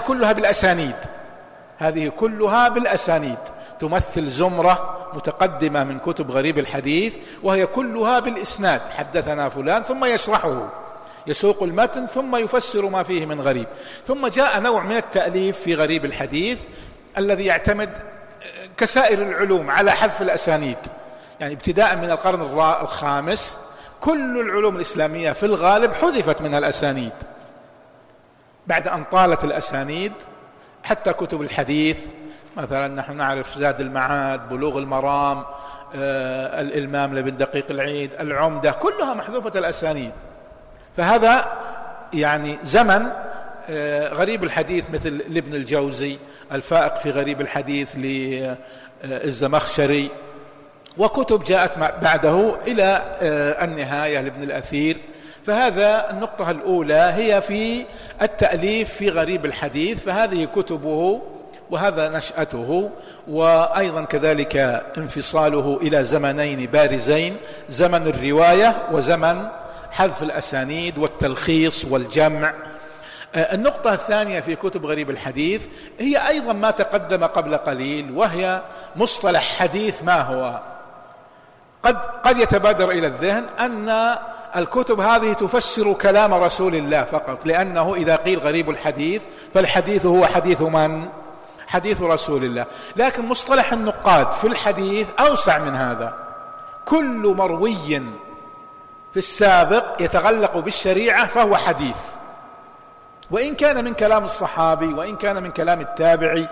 كلها بالأسانيد، تمثل زمرة متقدمة من كتب غريب الحديث، وهي كلها بالإسناد، حدثنا فلان، ثم يشرحه، يسوق المتن ثم يفسر ما فيه من غريب. ثم جاء نوع من التأليف في غريب الحديث الذي يعتمد كسائر العلوم على حذف الأسانيد، يعني ابتداء من القرن الخامس كل العلوم الإسلامية في الغالب حذفت من الأسانيد بعد أن طالت الأسانيد، حتى كتب الحديث مثلا نحن نعرف زاد المعاد، بلوغ المرام، الإلمام لابن دقيق العيد، العمدة، كلها محذوفة الأسانيد. فهذا يعني زمن غريب الحديث مثل لابن الجوزي، الفائق في غريب الحديث للزمخشري، وكتب جاءت بعده إلى النهاية لابن الأثير. فهذا النقطة الأولى هي في التأليف في غريب الحديث، فهذه كتبه وهذا نشأته، وأيضا كذلك انفصاله إلى زمنين بارزين، زمن الرواية وزمن حذف الأسانيد والتلخيص والجمع. النقطة الثانية في كتب غريب الحديث هي أيضا ما تقدم قبل قليل، وهي مصطلح حديث. ما هو؟ قد يتبادر إلى الذهن أن الكتب هذه تفسر كلام رسول الله فقط، لأنه إذا قيل غريب الحديث فالحديث هو حديث من؟ حديث رسول الله. لكن مصطلح النقاد في الحديث أوسع من هذا. كل مروي في السابق يتعلق بالشريعة فهو حديث، وإن كان من كلام الصحابي وإن كان من كلام التابعي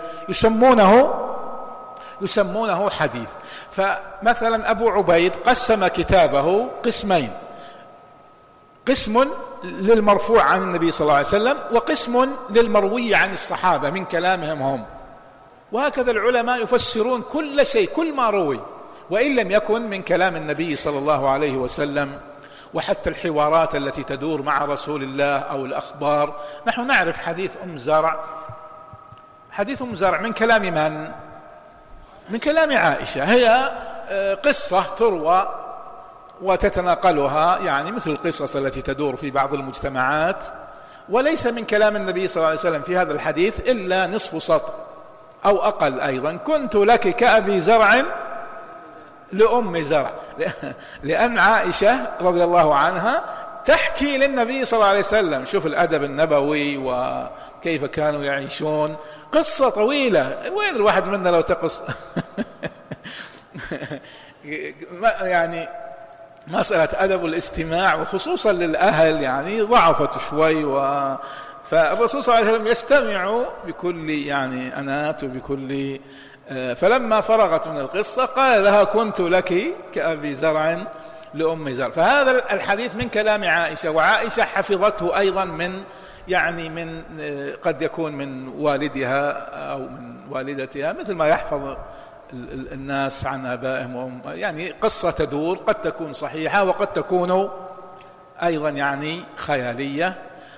يسمونه حديث. فمثلا أبو عبيد قسم كتابه قسمين: قسم للمرفوع عن النبي صلى الله عليه وسلم، وقسم للمروي عن الصحابة من كلامهم هم. وهكذا العلماء يفسرون كل شيء، كل ما روي وإن لم يكن من كلام النبي صلى الله عليه وسلم. وحتى الحوارات التي تدور مع رسول الله أو الأخبار، نحن نعرف حديث أم زرع. حديث أم زرع من كلام من؟ من كلام عائشة. هي قصة تروى وتتناقلها، يعني مثل القصص التي تدور في بعض المجتمعات، وليس من كلام النبي صلى الله عليه وسلم في هذا الحديث إلا نصف سطر أو أقل. أيضا كنت لك كأبي زرع لأم زرع، لأن عائشة رضي الله عنها تحكي للنبي صلى الله عليه وسلم. شوف الأدب النبوي وكيف كانوا يعيشون، قصة طويلة. وين الواحد منا لو تقص يعني مسألة أدب الاستماع، وخصوصا للأهل يعني ضعفت شوي، فالرسول صلى الله عليه وسلم يستمع بكل يعني أنات وبكل. فلما فرغت من القصة قال لها: كنت لك كأبي زرع لأم زرع. فهذا الحديث من كلام عائشة، وعائشة حفظته أيضا من قد يكون من والدها أو من والدتها، مثل ما يحفظ الناس عن آبائهم يعني قصة تدور، قد تكون صحيحة وقد تكون أيضا يعني خيالية.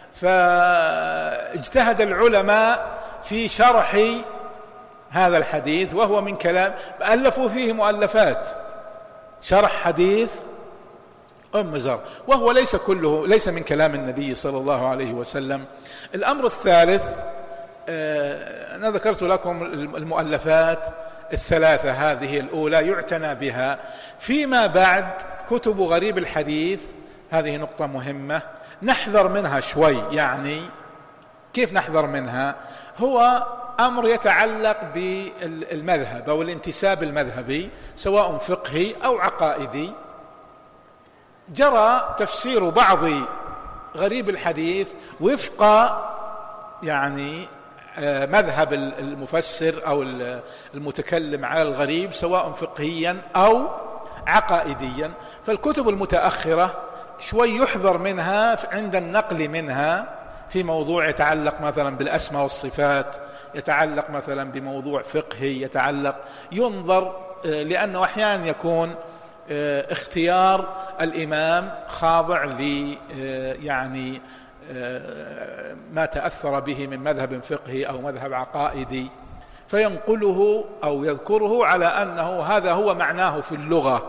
فاجتهد العلماء في شرح هذا الحديث، وهو من كلام، ألفوا فيه مؤلفات، شرح حديث أم زرع، وهو ليس من كلام النبي صلى الله عليه وسلم. الأمر الثالث، أنا ذكرت لكم المؤلفات الثلاثة، هذه الأولى يعتنى بها. فيما بعد كتب غريب الحديث، هذه نقطة مهمة نحذر منها شوي. يعني كيف نحذر منها؟ هو أمر يتعلق بالمذهب أو الانتساب المذهبي، سواء فقهي أو عقائدي. جرى تفسير بعض غريب الحديث وفق يعني مذهب المفسر أو المتكلم على الغريب، سواء فقهيا أو عقائديا. فالكتب المتأخرة شوي يحذر منها عند النقل منها في موضوع يتعلق مثلا بالأسماء والصفات، يتعلق مثلا بموضوع فقهي، ينظر، لأنه أحيانا يكون اختيار الإمام خاضع ل يعني ما تأثر به من مذهب فقهي أو مذهب عقائدي، فينقله أو يذكره على أنه هذا هو معناه في اللغة.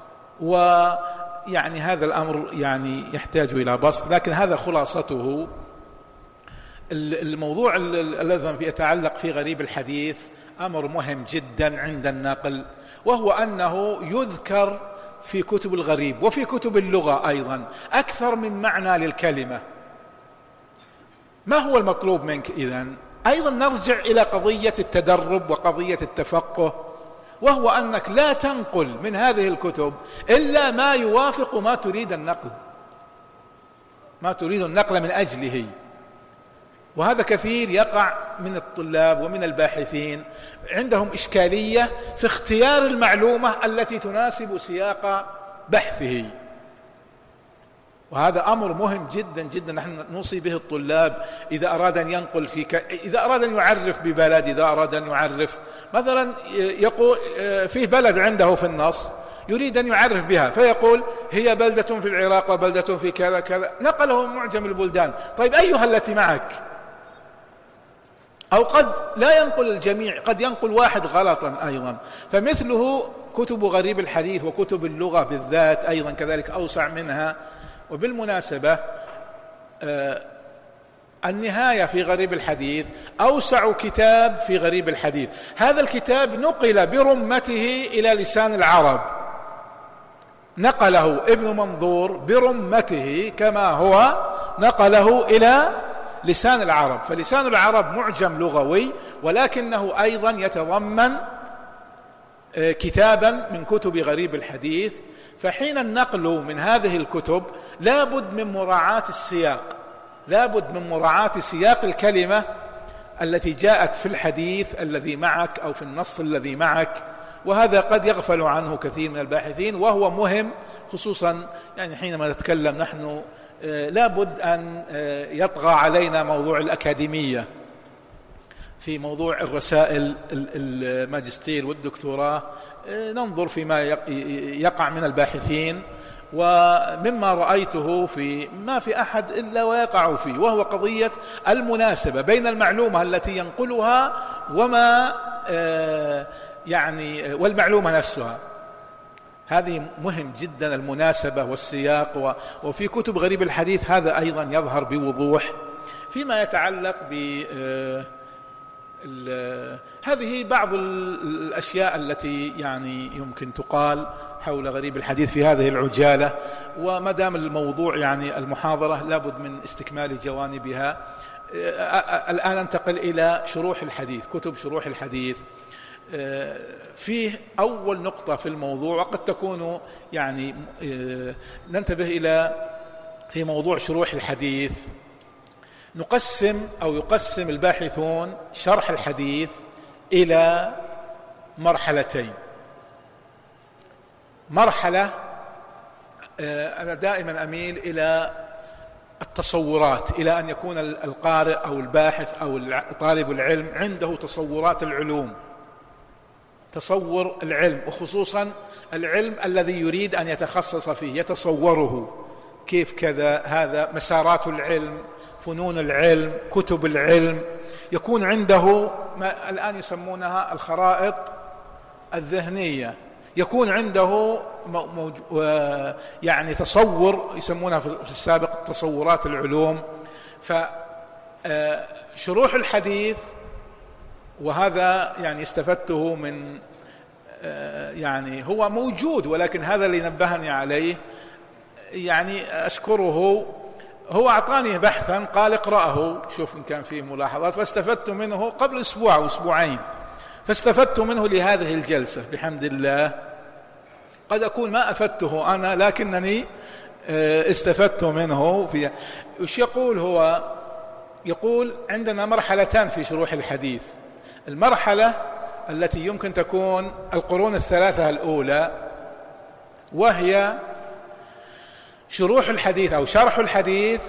ويعني هذا الأمر يعني يحتاج إلى بسط، لكن هذا خلاصته. الموضوع الذي يتعلق في غريب الحديث أمر مهم جدا عند النقل، وهو أنه يذكر في كتب الغريب وفي كتب اللغة أيضا أكثر من معنى للكلمة. ما هو المطلوب منك إذن؟ أيضا نرجع إلى قضية التدرب وقضية التفقه، وهو أنك لا تنقل من هذه الكتب إلا ما يوافق ما تريد النقل من أجله. وهذا كثير يقع من الطلاب ومن الباحثين عندهم إشكالية في اختيار المعلومة التي تناسب سياق بحثه، وهذا أمر مهم جدا جدا نحن نوصي به الطلاب إذا أراد أن ينقل إذا أراد أن يعرف ببلد، إذا أراد أن يعرف مثلا يقول فيه بلد عنده في النص يريد أن يعرف بها، فيقول هي بلدة في العراق وبلدة في كذا كذا، نقله معجم البلدان. طيب أيها التي معك؟ أو قد لا ينقل الجميع، قد ينقل واحد غلطا أيضا. فمثله كتب غريب الحديث وكتب اللغة بالذات أيضا كذلك أوسع منها. وبالمناسبة النهاية في غريب الحديث أوسع كتاب في غريب الحديث. هذا الكتاب نقل برمته إلى لسان العرب، نقله ابن منظور برمته كما هو نقله إلى لسان العرب. فلسان العرب معجم لغوي، ولكنه أيضا يتضمن كتابا من كتب غريب الحديث. فحين النقل من هذه الكتب لابد من مراعاة السياق، لابد من مراعاة سياق الكلمة التي جاءت في الحديث الذي معك أو في النص الذي معك، وهذا قد يغفل عنه كثير من الباحثين، وهو مهم خصوصا يعني حينما نتكلم نحن لابد أن يطغى علينا موضوع الأكاديمية في موضوع الرسائل الماجستير والدكتوراه. ننظر فيما يقع من الباحثين، ومما رأيته ما في أحد إلا ويقع فيه، وهو قضية المناسبة بين المعلومة التي ينقلها وما يعني والمعلومة نفسها. هذه مهم جدا المناسبة والسياق. وفي كتب غريب الحديث هذا أيضا يظهر بوضوح. فيما يتعلق هذه بعض الأشياء التي يعني يمكن تقال حول غريب الحديث في هذه العجالة. وما دام الموضوع يعني المحاضرة لابد من استكمال جوانبها. الآن ننتقل إلى شروح الحديث، كتب شروح الحديث. فيه أول نقطة في الموضوع، وقد تكون يعني ننتبه إلى في موضوع شروح الحديث نقسم أو يقسم الباحثون شرح الحديث إلى مرحلتين. مرحلة أنا دائما أميل إلى التصورات، إلى أن يكون القارئ أو الباحث أو طالب العلم عنده تصورات العلوم، تصور العلم، وخصوصا العلم الذي يريد أن يتخصص فيه، يتصوره كيف كذا، هذا مسارات العلم، فنون العلم، كتب العلم. يكون عنده ما الآن يسمونها الخرائط الذهنية، يكون عنده يعني تصور يسمونها في السابق تصورات العلوم. فشروح الحديث، وهذا يعني استفدته من يعني هو موجود، ولكن هذا اللي نبهني عليه يعني أشكره. هو أعطاني بحثا قال اقرأه شوف إن كان فيه ملاحظات، فاستفدت منه قبل أسبوع أو أسبوعين، فاستفدت منه لهذه الجلسة بحمد الله. قد أكون ما أفدته أنا لكنني استفدت منه. وش يقول هو؟ يقول عندنا مرحلتان في شروح الحديث. المرحلة التي يمكن تكون القرون الثلاثة الأولى، وهي شروح الحديث أو شرح الحديث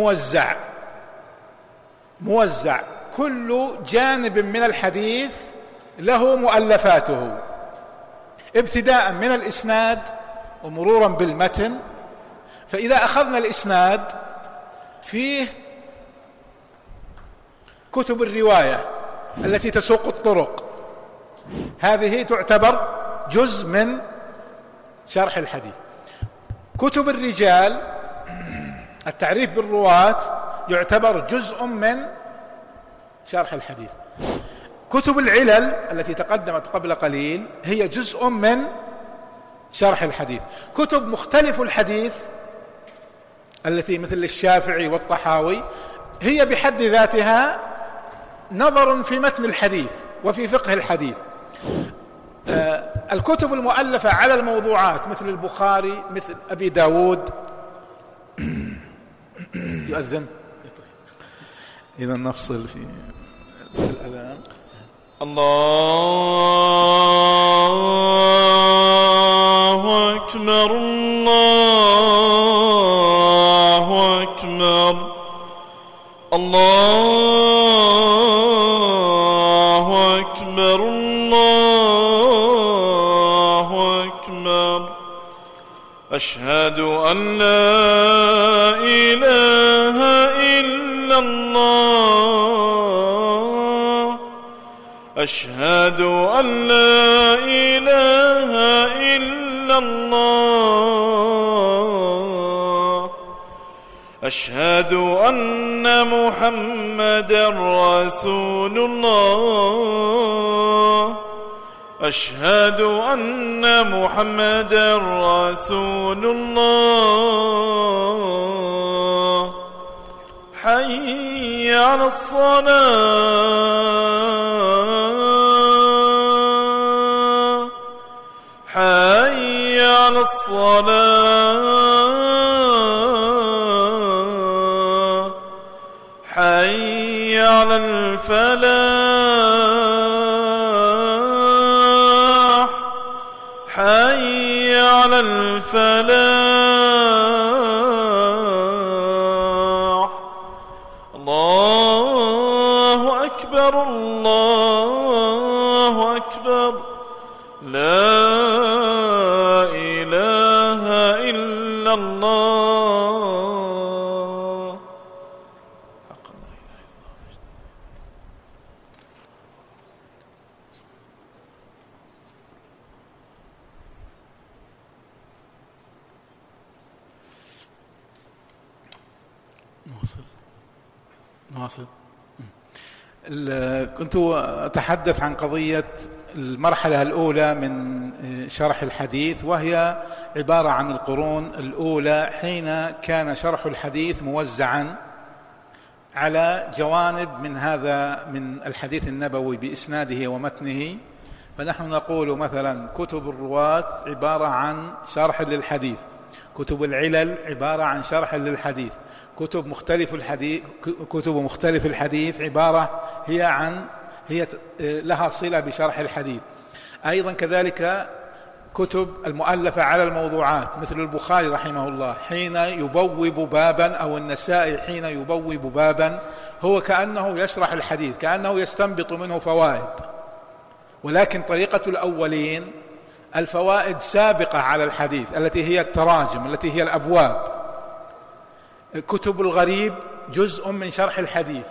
موزع، كل جانب من الحديث له مؤلفاته، ابتداء من الإسناد ومرورا بالمتن. فإذا أخذنا الإسناد فيه كتب الرواية التي تسوق الطرق، هذه تعتبر جزء من شرح الحديث. كتب الرجال، التعريف بالرواة، يعتبر جزء من شرح الحديث. كتب العلل التي تقدمت قبل قليل هي جزء من شرح الحديث. كتب مختلف الحديث التي مثل الشافعي والطحاوي هي بحد ذاتها نظر في متن الحديث وفي فقه الحديث. الكتب المؤلفة على الموضوعات مثل البخاري، مثل أبي داود. يؤذن إذا نفصل في الأذان. الله أكبر الله أكبر الله أكبر الله أكبر أشهد أن لا إله إلا الله أشهد أن لا إله إلا الله أشهد أن محمدًا رسول الله أشهد أن محمدًا رسول الله حي على الصلاة حي على الصلاة حي على الفلاح حي على الفلاح الله أكبر الله أكبر لا إله إلا الله حق لا إله إلا نواصل. كنت أتحدث عن قضية المرحلة الأولى من شرح الحديث، وهي عبارة عن القرون الأولى حين كان شرح الحديث موزعا على جوانب من الحديث النبوي بإسناده ومتنه. فنحن نقول مثلا كتب الرواة عبارة عن شرح للحديث، كتب العلل عبارة عن شرح للحديث، كتب مختلف الحديث عبارة هي لها صلة بشرح الحديث. أيضا كذلك كتب المؤلفة على الموضوعات، مثل البخاري رحمه الله حين يبوب بابا، أو النسائي حين يبوب بابا، هو كأنه يشرح الحديث، كأنه يستنبط منه فوائد، ولكن طريقة الأولين الفوائد سابقة على الحديث التي هي التراجم، التي هي الأبواب. كتب الغريب جزء من شرح الحديث.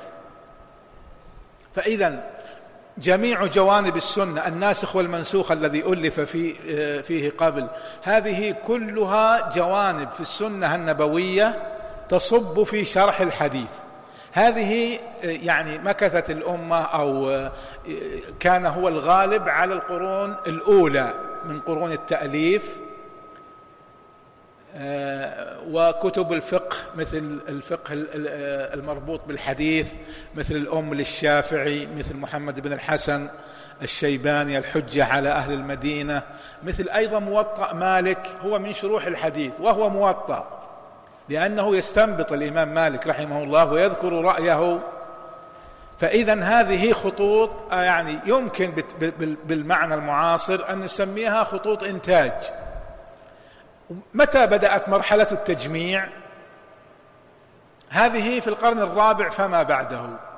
فإذا جميع جوانب السنة، الناسخ والمنسوخ الذي ألف فيه قبل، هذه كلها جوانب في السنة النبوية تصب في شرح الحديث. هذه يعني مكثت الأمة، أو كان هو الغالب على القرون الأولى من قرون التأليف. وكتب الفقه مثل الفقه المربوط بالحديث، مثل الأم للشافعي، مثل محمد بن الحسن الشيباني الحجة على أهل المدينة، مثل أيضا موطأ مالك، هو من شروح الحديث وهو موطأ، لأنه يستنبط الإمام مالك رحمه الله ويذكر رأيه. فإذا هذه خطوط يعني يمكن بالمعنى المعاصر أن نسميها خطوط إنتاج. متى بدأت مرحلة التجميع؟ هذه في القرن الرابع فما بعده،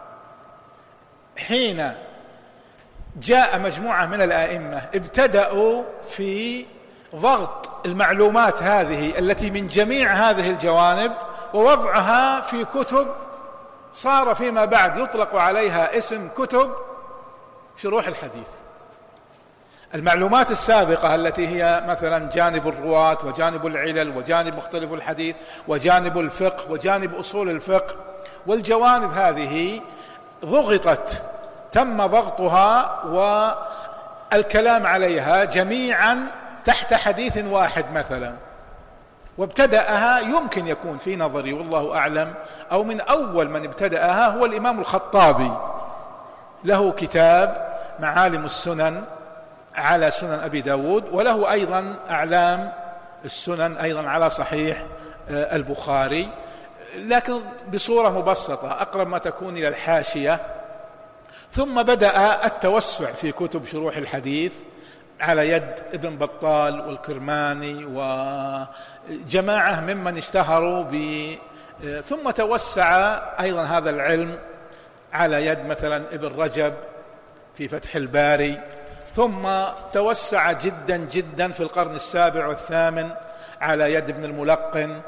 حين جاء مجموعة من الآئمة ابتدأوا في ضغط المعلومات هذه التي من جميع هذه الجوانب ووضعها في كتب صار فيما بعد يطلق عليها اسم كتب شروح الحديث. المعلومات السابقة التي هي مثلا جانب الرواة وجانب العلل وجانب مختلف الحديث وجانب الفقه وجانب أصول الفقه، والجوانب هذه ضغطت، تم ضغطها والكلام عليها جميعا تحت حديث واحد مثلا. وابتدأها يمكن يكون في نظري والله أعلم، أو من أول من ابتدأها هو الإمام الخطابي، له كتاب معالم السنن على سنن أبي داود، وله أيضا أعلام السنن أيضا على صحيح البخاري، لكن بصورة مبسطة أقرب ما تكون إلى الحاشية. ثم بدأ التوسع في كتب شروح الحديث على يد ابن بطال والكرماني وجماعة ممن اشتهروا ثم توسع أيضا هذا العلم على يد مثلا ابن رجب في فتح الباري، ثم توسع جدا جدا في القرن السابع والثامن على يد ابن الملقن،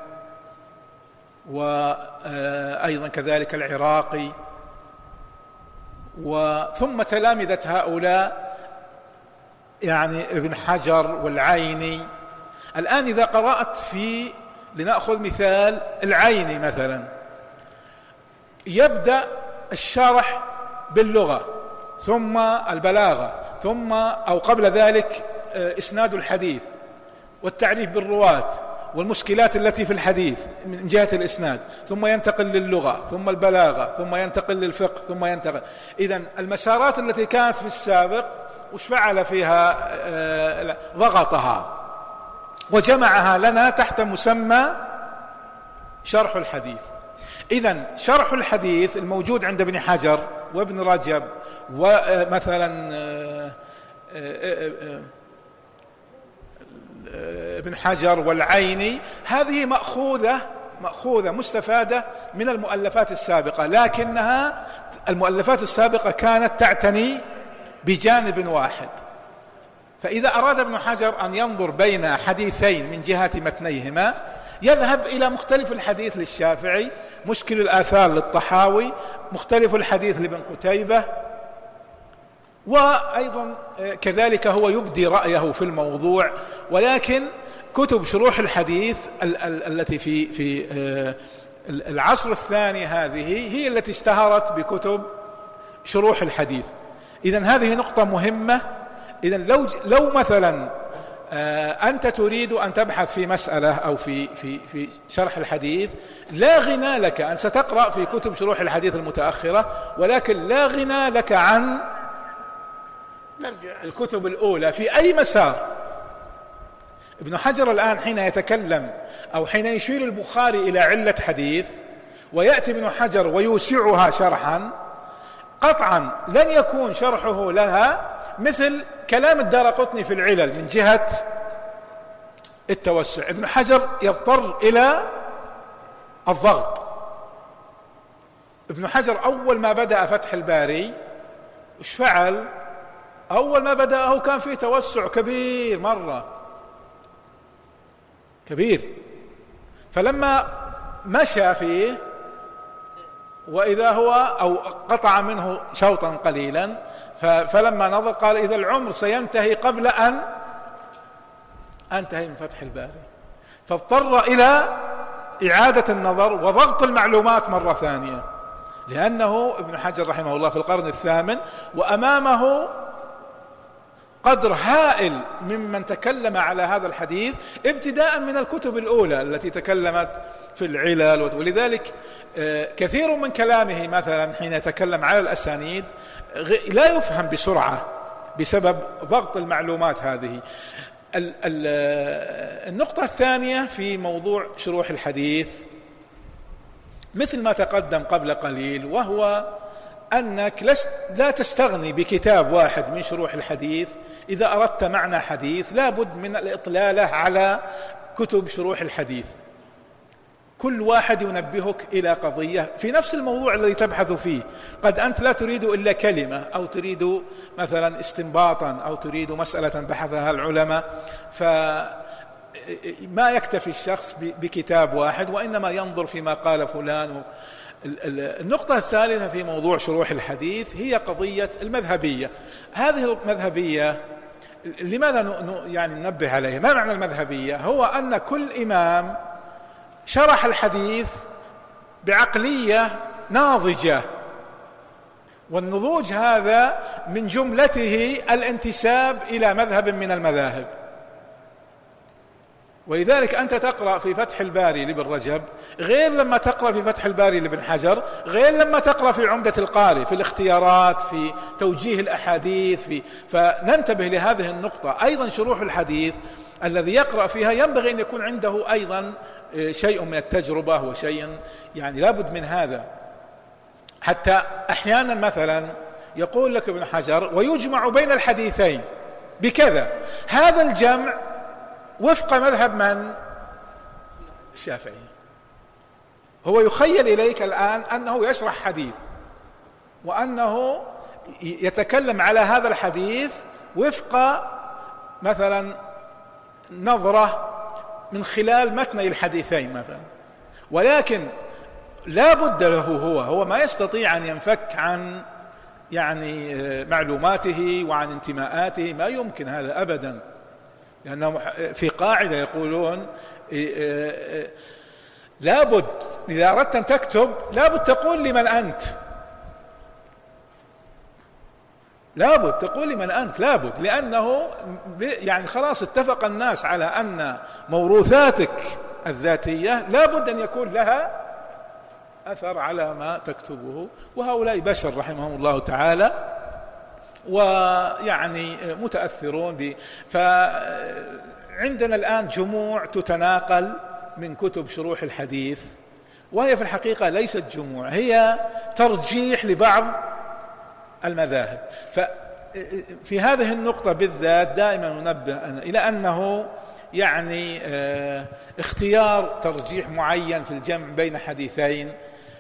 وأيضا كذلك العراقي، وثم تلامذة هؤلاء يعني ابن حجر والعيني. الآن إذا قرأت لنأخذ مثال العيني مثلا، يبدأ الشرح باللغة ثم البلاغة ثم أو قبل ذلك إسناد الحديث والتعريف بالرواة والمشكلات التي في الحديث من جهة الإسناد، ثم ينتقل للغة ثم البلاغة ثم ينتقل للفقه ثم ينتقل. إذن المسارات التي كانت في السابق وش فعل فيها؟ ضغطها وجمعها لنا تحت مسمى شرح الحديث. إذن شرح الحديث الموجود عند ابن حجر وابن رجب ومثلا ابن حجر والعيني، هذه مأخوذة مستفادة من المؤلفات السابقة، لكنها المؤلفات السابقة كانت تعتني بجانب واحد. فإذا أراد ابن حجر أن ينظر بين حديثين من جهة متنيهما يذهب إلى مختلف الحديث للشافعي، مشكل الآثار للطحاوي، مختلف الحديث لابن قتيبة، وأيضا كذلك هو يبدي رأيه في الموضوع. ولكن كتب شروح الحديث التي في العصر الثاني هذه هي التي اشتهرت بكتب شروح الحديث. إذن هذه نقطة مهمة. إذن لو مثلا أنت تريد أن تبحث في مسألة أو في شرح الحديث، لا غنى لك أن ستقرأ في كتب شروح الحديث المتأخرة، ولكن لا غنى لك عن الكتب الأولى في أي مسار. ابن حجر الآن حين يتكلم أو حين يشير البخاري إلى علة حديث ويأتي ابن حجر ويوسعها شرحا، قطعا لن يكون شرحه لها مثل كلام الدارقطني في العلل من جهة التوسع. ابن حجر يضطر إلى الضغط. ابن حجر أول ما بدأ فتح الباري وش فعل؟ أول ما بدأه كان فيه توسع كبير مرة كبير، فلما مشى فيه وإذا هو أو قطع منه شوطا قليلا، فلما نظر قال إذا العمر سينتهي قبل أن أنتهي من فتح الباري، فاضطر إلى إعادة النظر وضغط المعلومات مرة ثانية، لأنه ابن حجر رحمه الله في القرن الثامن وأمامه قدر هائل ممن تكلم على هذا الحديث ابتداء من الكتب الأولى التي تكلمت في العلل. ولذلك كثير من كلامه مثلا حين يتكلم على الأسانيد لا يفهم بسرعة بسبب ضغط المعلومات هذه. النقطة الثانية في موضوع شروح الحديث مثل ما تقدم قبل قليل، وهو أنك لا تستغني بكتاب واحد من شروح الحديث. إذا أردت معنى حديث لابد من الإطلالة على كتب شروح الحديث، كل واحد ينبهك إلى قضية في نفس الموضوع الذي تبحث فيه. قد أنت لا تريد إلا كلمة أو تريد مثلا استنباطا أو تريد مسألة بحثها العلماء، فما يكتفي الشخص بكتاب واحد وإنما ينظر فيما قال فلان. النقطة الثالثة في موضوع شروح الحديث هي قضية المذهبية. هذه المذهبية لماذا يعني ننبه عليها؟ ما معنى المذهبية؟ هو أن كل إمام شرح الحديث بعقلية ناضجة، والنضوج هذا من جملته الانتساب إلى مذهب من المذاهب. ولذلك أنت تقرأ في فتح الباري لابن رجب غير لما تقرأ في فتح الباري لابن حجر، غير لما تقرأ في عمدة القاري في الاختيارات في توجيه الأحاديث فننتبه لهذه النقطة. أيضا شروح الحديث الذي يقرأ فيها ينبغي أن يكون عنده أيضا شيء من التجربة وشيء يعني لابد من هذا. حتى أحيانا مثلا يقول لك ابن حجر ويجمع بين الحديثين بكذا. هذا الجمع وفق مذهب من؟ الشافعي. هو يخيل إليك الآن أنه يشرح حديث وأنه يتكلم على هذا الحديث وفق مثلا نظرة من خلال متني الحديثين مثلا، ولكن لا بد له هو ما يستطيع أن ينفك عن يعني معلوماته وعن انتماءاته، ما يمكن هذا أبدا، لأنه في قاعدة يقولون لابد إذا أردت أن تكتب لابد تقول لمن أنت، لابد تقول لمن أنت، لابد، لأنه يعني خلاص اتفق الناس على أن موروثاتك الذاتية لابد أن يكون لها أثر على ما تكتبه. وهؤلاء بشر رحمهم الله تعالى ويعني متأثرون فعندنا الآن جموع تتناقل من كتب شروح الحديث، وهي في الحقيقة ليست جموع، هي ترجيح لبعض المذاهب. ففي هذه النقطة بالذات دائما ننبه إلى أنه يعني اختيار ترجيح معين في الجمع بين حديثين،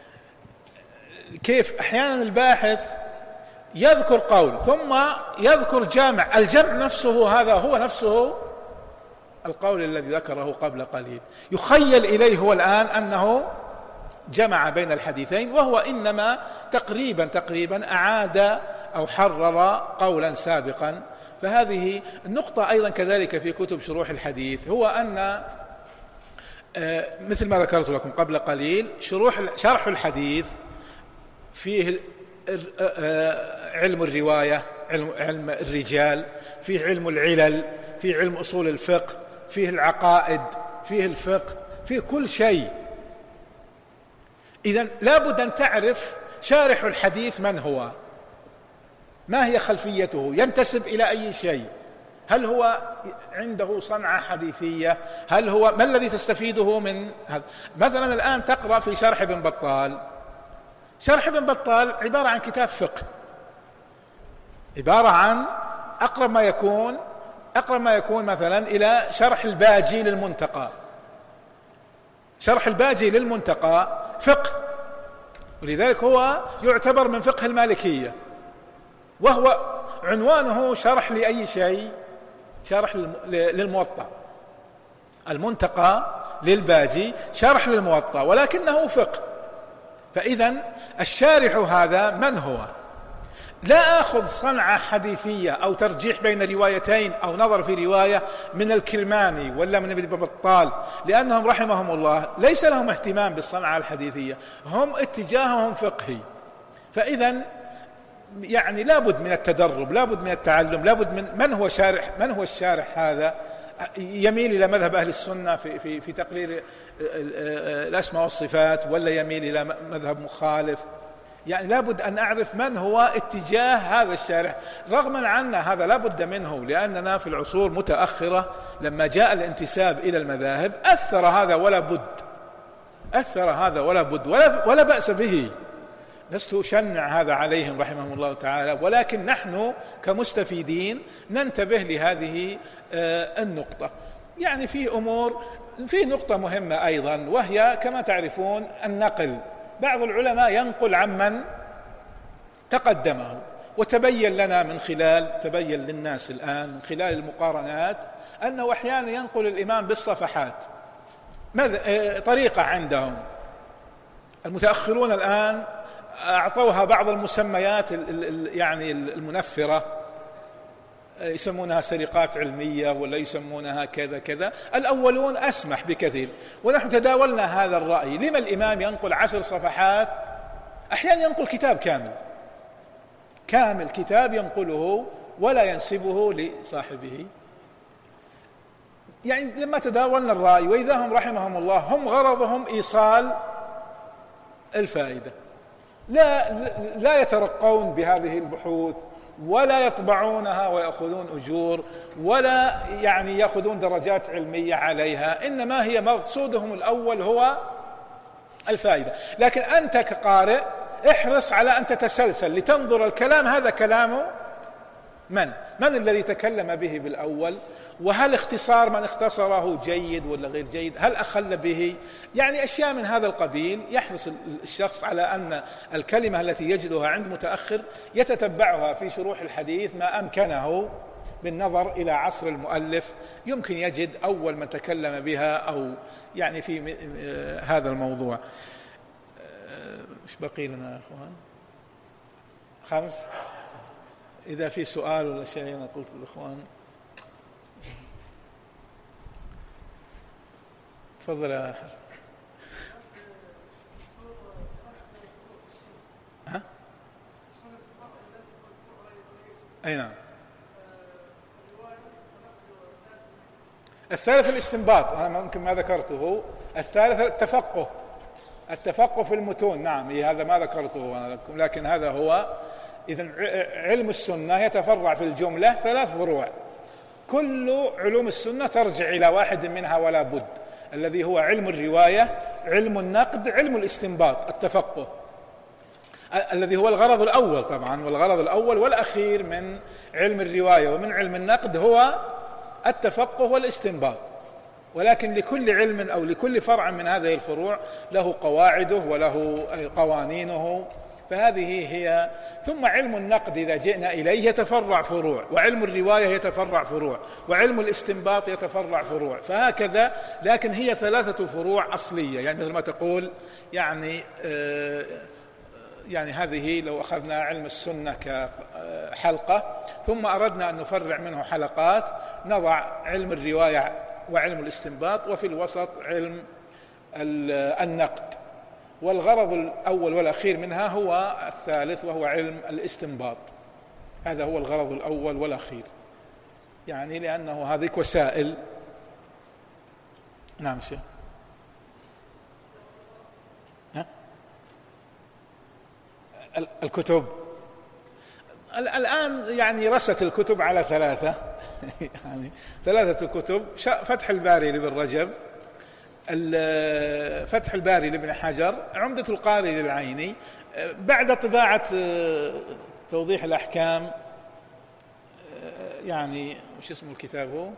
كيف أحيانا الباحث يذكر قول ثم يذكر جامع، الجمع نفسه هذا هو نفسه القول الذي ذكره قبل قليل، يخيل إليه هو الآن أنه جمع بين الحديثين، وهو إنما تقريبا أعاد أو حرر قولا سابقا. فهذه النقطة أيضا كذلك في كتب شروح الحديث، هو أن مثل ما ذكرت لكم قبل قليل شرح الحديث فيه علم الرواية، علم الرجال، فيه علم العلل، فيه علم أصول الفقه، فيه العقائد، فيه الفقه، فيه كل شيء. إذن لابد أن تعرف شارح الحديث من هو، ما هي خلفيته، ينتسب إلى أي شيء، هل هو عنده صنعة حديثية، هل هو ما الذي تستفيده من هذا. مثلا الآن تقرأ في شرح ابن بطال، شرح ابن بطال عبارة عن كتاب فقه، عبارة عن أقرب ما يكون مثلا إلى شرح الباجي للمنتقى. شرح الباجي للمنتقى فقه، ولذلك هو يعتبر من فقه المالكية، وهو عنوانه شرح لأي شيء، شرح للموطأ. المنتقى للباجي شرح للموطأ ولكنه فقه. فإذن الشارح هذا من هو؟ لا أخذ صنعة حديثية أو ترجيح بين روايتين أو نظر في رواية من الكرماني ولا من ابن بطال، لأنهم رحمهم الله ليس لهم اهتمام بالصنعة الحديثية، هم اتجاههم فقهي. فإذن يعني لابد من التدرب، لابد من التعلم، لابد من من هو الشارح هذا، يميل إلى مذهب أهل السنة في تقرير الأسماء والصفات ولا يميل إلى مذهب مخالف. يعني لابد أن أعرف من هو اتجاه هذا الشارح، رغما عنا هذا لابد منه، لأننا في العصور متأخرة لما جاء الانتساب إلى المذاهب أثر هذا ولا بد ولا بأس به، لست أشنع هذا عليهم رحمهم الله تعالى، ولكن نحن كمستفيدين ننتبه لهذه النقطة. يعني في نقطة مهمة أيضا، وهي كما تعرفون النقل. بعض العلماء ينقل عمن تقدمه، وتبين للناس الآن من خلال المقارنات أنه أحيانا ينقل الإمام بالصفحات، طريقة عندهم. المتأخرون الآن أعطوها بعض المسميات يعني المنفرة، يسمونها سرقات علمية ولا يسمونها كذا كذا. الأولون أسمح بكثير، ونحن تداولنا هذا الرأي. لما الإمام ينقل 10 صفحات؟ أحيانا ينقل كتاب كامل كتاب ينقله ولا ينسبه لصاحبه. يعني لما تداولنا الرأي، وإذا هم رحمهم الله هم غرضهم إيصال الفائدة، لا يترقون بهذه البحوث ولا يطبعونها ويأخذون أجور ولا يعني يأخذون درجات علمية عليها، إنما هي مقصودهم الأول هو الفائدة. لكن أنت كقارئ احرص على أن تتسلسل لتنظر الكلام هذا كلام من الذي تكلم به بالأول، وهل اختصار من اختصره جيد ولا غير جيد، هل أخل به، يعني أشياء من هذا القبيل. يحرص الشخص على أن الكلمة التي يجدها عند متأخر يتتبعها في شروح الحديث ما أمكنه بالنظر إلى عصر المؤلف، يمكن يجد أول من تكلم بها أو يعني في هذا الموضوع. مش بقي لنا يا أخوان 5؟ إذا في سؤال ولا شيء أنا قلت للإخوان تفضل يا أحد. ها؟ أي نعم. الثالث الاستنباط، أنا ممكن ما ذكرته. الثالث التفقه في المتون، نعم هذا ما ذكرته أنا لكم، لكن هذا هو. إذن علم السنة يتفرع في الجملة 3 فروع، كل علوم السنة ترجع إلى واحد منها ولا بد، الذي هو علم الرواية، علم النقد، علم الاستنباط، التفقه، الذي هو الغرض الأول طبعا، والغرض الأول والأخير من علم الرواية ومن علم النقد هو التفقه والاستنباط. ولكن لكل علم أو لكل فرع من هذه الفروع له قواعده وله قوانينه، فهذه هي. ثم علم النقد إذا جئنا إليه يتفرع فروع، وعلم الرواية يتفرع فروع، وعلم الاستنباط يتفرع فروع، فهكذا. لكن هي 3 فروع أصلية، يعني مثل ما تقول يعني هذه لو أخذنا علم السنة كحلقة ثم أردنا أن نفرع منه حلقات، نضع علم الرواية وعلم الاستنباط، وفي الوسط علم النقد، والغرض الأول والأخير منها هو الثالث وهو علم الاستنباط. هذا هو الغرض الأول والأخير، يعني لأنه هذه وسائل. نعم شيخ. الكتب الآن يعني رست الكتب على 3 يعني 3 كتب: فتح الباري لابن رجب، فتح الباري لابن حجر، عمدة القاري للعيني. بعد طباعة توضيح الأحكام، يعني وش اسمه الكتاب هو؟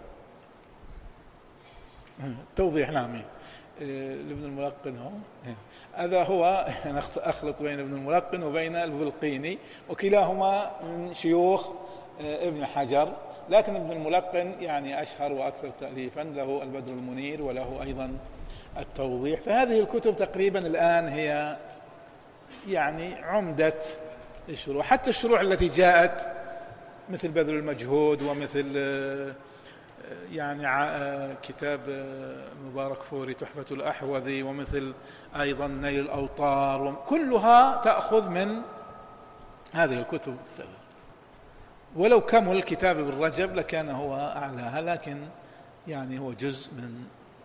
توضيح، نعم، لابن الملقن. هو هذا هو. أنا أخلط بين ابن الملقن وبين البلقيني، وكلاهما من شيوخ ابن حجر، لكن ابن الملقن يعني أشهر وأكثر تأليفا، له البدر المنير وله أيضا التوضيح. فهذه الكتب تقريبا الآن هي يعني عمدة الشروح، حتى الشروح التي جاءت مثل بذل المجهود، ومثل يعني كتاب مبارك فوري تحفة الأحوذي، ومثل أيضا نيل الأوطار، كلها تأخذ من هذه الكتب ال3. ولو كمل كتاب ابن رجب لكان هو أعلاها، لكن يعني هو جزء من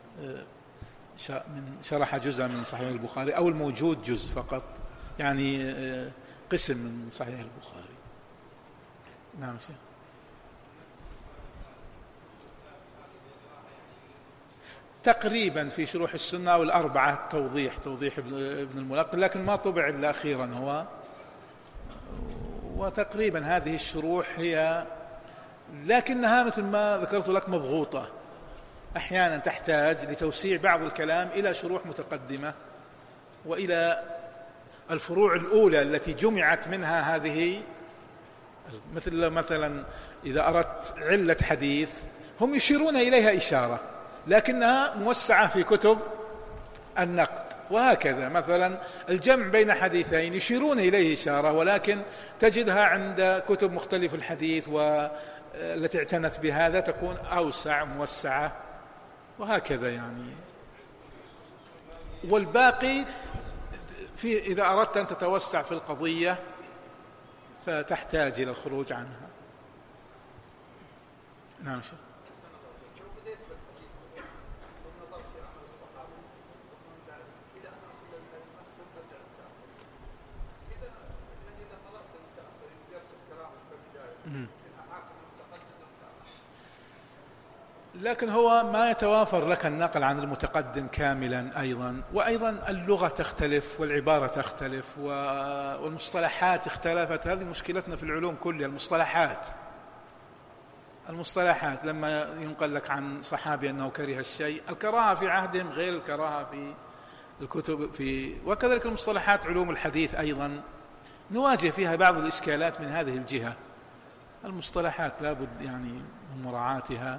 شرح جزء من صحيح البخاري، أو الموجود جزء فقط، يعني قسم من صحيح البخاري. نعم شيخ. تقريبا في شروح السنة والأربعة توضيح ابن الملقن، لكن ما طبع إلا أخيرا هو. وتقريبا هذه الشروح هي، لكنها مثل ما ذكرت لك مضغوطة، أحيانا تحتاج لتوسيع بعض الكلام إلى شروح متقدمة، وإلى الفروع الأولى التي جمعت منها هذه. مثلا إذا أردت علة حديث هم يشيرون إليها إشارة، لكنها موسعة في كتب النقد، وهكذا. مثلا الجمع بين حديثين يشيرون إليه إشارة، ولكن تجدها عند كتب مختلف الحديث والتي اعتنت بهذا تكون أوسع موسعة، وهكذا يعني. والباقي إذا أردت أن تتوسع في القضية فتحتاج إلى الخروج عنها. نعم شيخ. لكن هو ما يتوافر لك النقل عن المتقدم كاملا أيضا، وأيضا اللغة تختلف والعبارة تختلف والمصطلحات اختلفت. هذه مشكلتنا في العلوم كلها، المصطلحات لما ينقل لك عن صحابي أنه كره الشيء، الكراهة في عهدهم غير الكراهة في الكتب وكذلك المصطلحات علوم الحديث أيضا نواجه فيها بعض الإشكالات من هذه الجهة. المصطلحات لابد يعني من مراعاتها،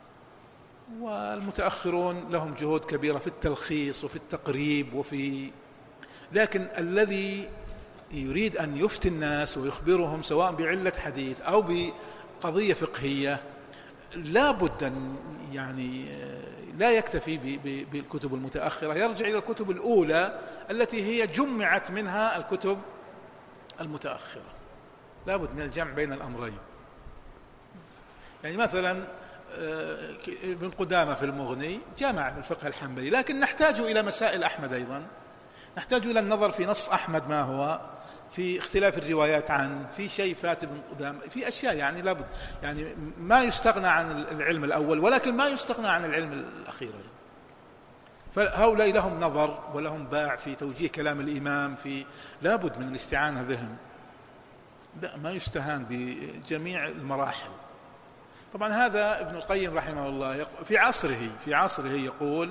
والمتأخرون لهم جهود كبيرة في التلخيص وفي التقريب لكن الذي يريد أن يفتي الناس ويخبرهم سواء بعلة حديث أو بقضية فقهية لابد أن يعني لا يكتفي بالكتب المتأخرة، يرجع إلى الكتب الأولى التي هي جمعت منها الكتب المتأخرة. لابد من الجمع بين الأمرين. يعني مثلا ابن قدامة في المغني جمع في الفقه الحنبلي، لكن نحتاج إلى مسائل أحمد أيضا، نحتاج إلى النظر في نص أحمد ما هو، في اختلاف الروايات عنه، في شيء فات ابن قدامة، في أشياء يعني لابد، يعني ما يستغنى عن العلم الأول ولكن ما يستغنى عن العلم الأخير. فهؤلاء لهم نظر ولهم باع في توجيه كلام الإمام، لابد من الاستعانة بهم، ما يستهان بجميع المراحل. طبعا هذا ابن القيم رحمه الله في عصره يقول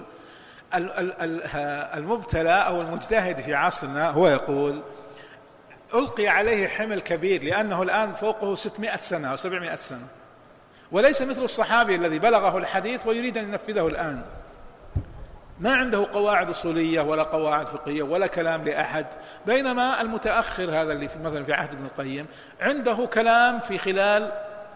المبتلى أو المجتهد في عصرنا هو يقول ألقي عليه حمل كبير لأنه الآن فوقه 600 سنة أو 700 سنة، وليس مثل الصحابي الذي بلغه الحديث ويريد أن ينفذه الآن، ما عنده قواعد أصولية ولا قواعد فقهية ولا كلام لأحد. بينما المتأخر هذا اللي مثلا في عهد ابن القيم عنده كلام في خلال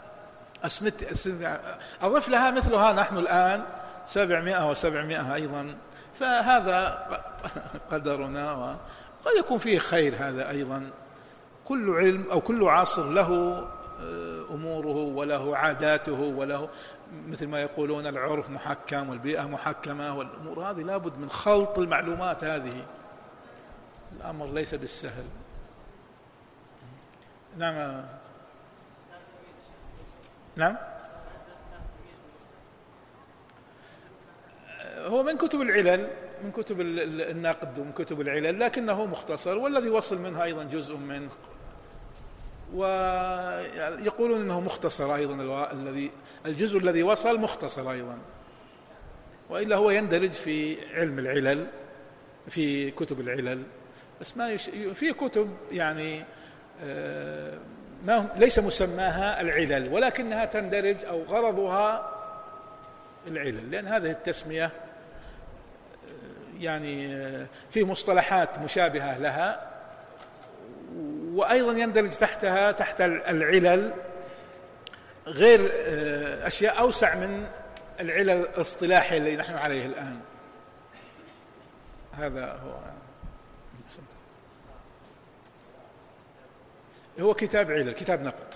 أضف لها مثلها نحن الآن 700 و700 أيضا. فهذا قدرنا، وقد يكون فيه خير هذا أيضا. كل علم أو كل عصر له أموره وله عاداته وله، مثل ما يقولون العرف محكم والبيئة محكمة، والأمور هذه لابد من خلط المعلومات هذه، الأمر ليس بالسهل. نعم هو من كتب العلل، من كتب النقد ومن كتب العلل، لكنه مختصر، والذي وصل منه أيضا جزء منه، ويقولون أنه مختصر أيضا، الجزء الذي وصل مختصر أيضا، وإلا هو يندرج في علم العلل في كتب العلل، بس ما في كتب يعني ليس مسماها العلل ولكنها تندرج أو غرضها العلل، لأن هذه التسمية يعني في مصطلحات مشابهة لها، وأيضا يندرج تحت العلل غير أشياء أوسع من العلل الاصطلاحي الذي نحن عليه الآن. هذا هو كتاب علل، كتاب نقد،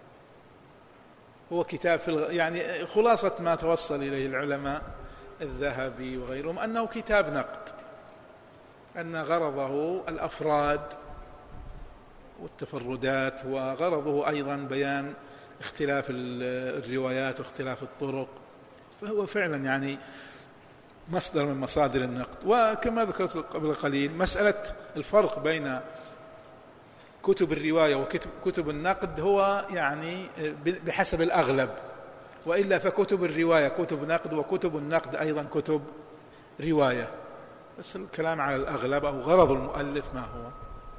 هو كتاب يعني خلاصة ما توصل إليه العلماء الذهبي وغيرهم أنه كتاب نقد، أن غرضه الأفراد والتفردات، وغرضه أيضا بيان اختلاف الروايات واختلاف الطرق، فهو فعلا يعني مصدر من مصادر النقد. وكما ذكرت قبل قليل مسألة الفرق بين كتب الرواية وكتب النقد هو يعني بحسب الأغلب، وإلا فكتب الرواية كتب نقد وكتب النقد أيضا كتب رواية، بس الكلام على الأغلب أو غرض المؤلف ما هو.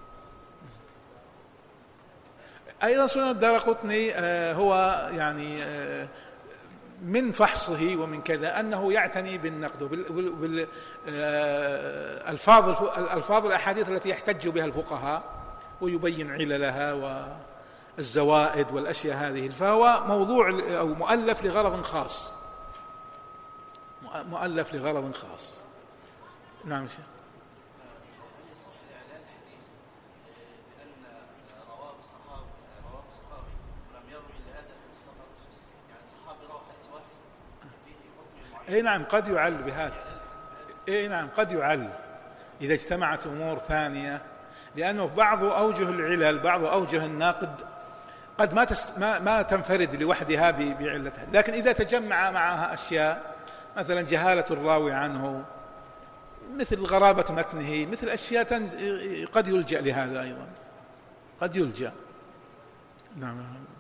أيضا سنن الدارقطني هو يعني من فحصه ومن كذا أنه يعتني بالنقد بالألفاظ الأحاديث التي يحتج بها الفقهاء ويبين عللها والزوائد والأشياء هذه، فهو موضوع أو مؤلف لغرض خاص، مؤلف لغرض خاص. نعم شيخ. اي نعم قد يعل بهذا، اي نعم قد يعل إذا اجتمعت أمور ثانية، لأنه بعض أوجه العلل بعض أوجه النقد قد ما تنفرد لوحدها بعلتها، لكن إذا تجمع معها أشياء مثلا جهالة الراوي عنه، مثل غرابة متنه، مثل أشياء قد يلجأ لهذا أيضا، قد يلجأ. نعم.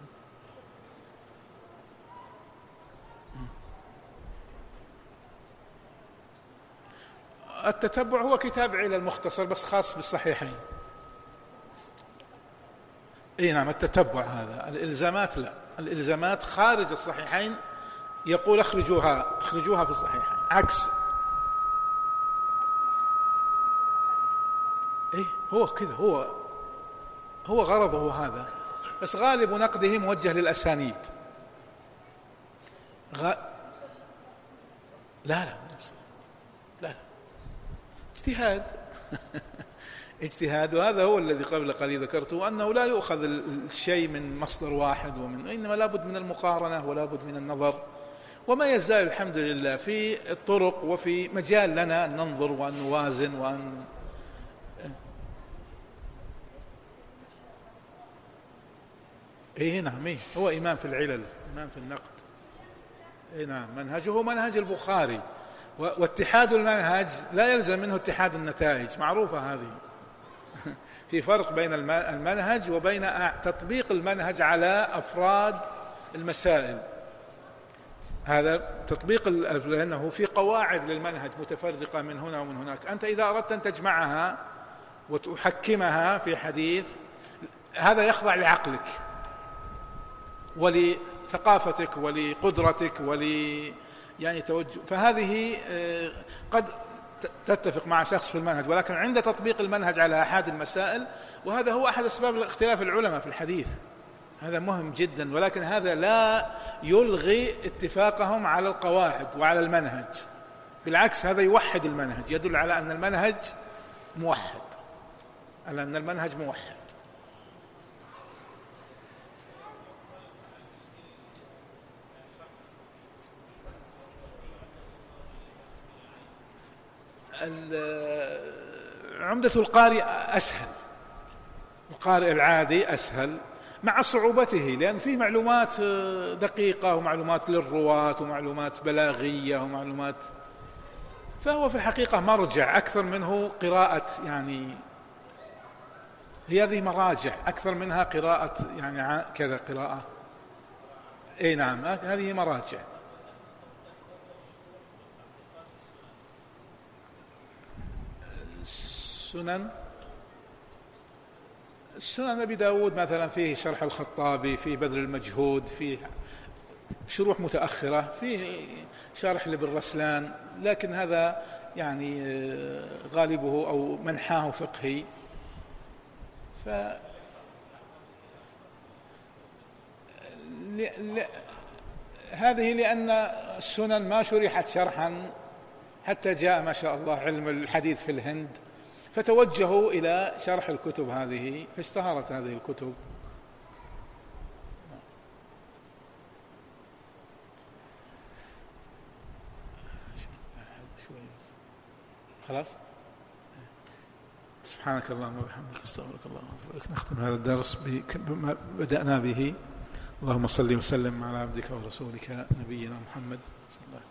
التتبع هو كتاب علل مختصر بس خاص بالصحيحين. اي نعم، التتبع هذا. الإلزامات لا، الإلزامات خارج الصحيحين يقول اخرجوها في الصحيحين، عكس. ايه هو كذا، هو غرضه هذا، بس غالب نقده موجه للأسانيد. لا اجتهاد اجتهاد، وهذا هو الذي قبل قليل ذكرته، أنه لا يؤخذ الشيء من مصدر واحد، إنما لابد من المقارنة ولابد من النظر، وما يزال الحمد لله في الطرق وفي مجال لنا أن ننظر وأن نوازن وأن نعم. هو إمام في العلل، إمام في النقد. نعم، منهجه منهج البخاري، واتحاد المنهج لا يلزم منه اتحاد النتائج، معروفة هذه. في فرق بين المنهج وبين تطبيق المنهج على أفراد المسائل. هذا تطبيق، لأنه في قواعد للمنهج متفرقة من هنا ومن هناك. أنت إذا أردت أن تجمعها وتحكمها في حديث، هذا يخضع لعقلك ولثقافتك ولقدرتك يعني توجه. فهذه قد تتفق مع شخص في المنهج، ولكن عند تطبيق المنهج على أحد المسائل، وهذا هو أحد أسباب اختلاف العلماء في الحديث، هذا مهم جدا، ولكن هذا لا يلغي اتفاقهم على القواعد وعلى المنهج، بالعكس هذا يوحد المنهج، يدل على أن المنهج موحد، على أن المنهج موحد. عمدة القارئ أسهل، القارئ العادي أسهل مع صعوبته، لأن فيه معلومات دقيقة ومعلومات للرواة ومعلومات بلاغية ومعلومات، فهو في الحقيقة مرجع أكثر منه قراءة، يعني هذه مراجع أكثر منها قراءة يعني كذا قراءة. أي نعم، هذه مراجع. السنن أبي داود مثلا فيه شرح الخطابي، فيه بذل المجهود، فيه شروح متأخرة، فيه شرح لابن رسلان، لكن هذا يعني غالبه أو منحاه فقهي. هذه لأن السنن ما شرحت شرحا حتى جاء ما شاء الله علم الحديث في الهند، فتوجهوا إلى شرح الكتب هذه، فاشتهرت هذه الكتب. خلاص، سبحانك اللهم وبحمدك، استغفرك اللهم واتوب اليك. نختم هذا الدرس بما بدأنا به. اللهم صل وسلم على عبدك ورسولك نبينا محمد. بسم الله.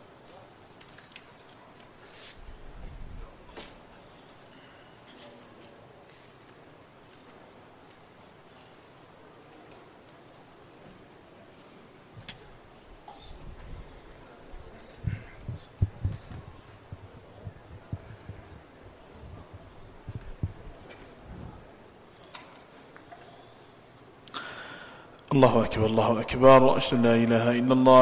الله أكبر، الله أكبر، أشهد أن لا إله إلا الله.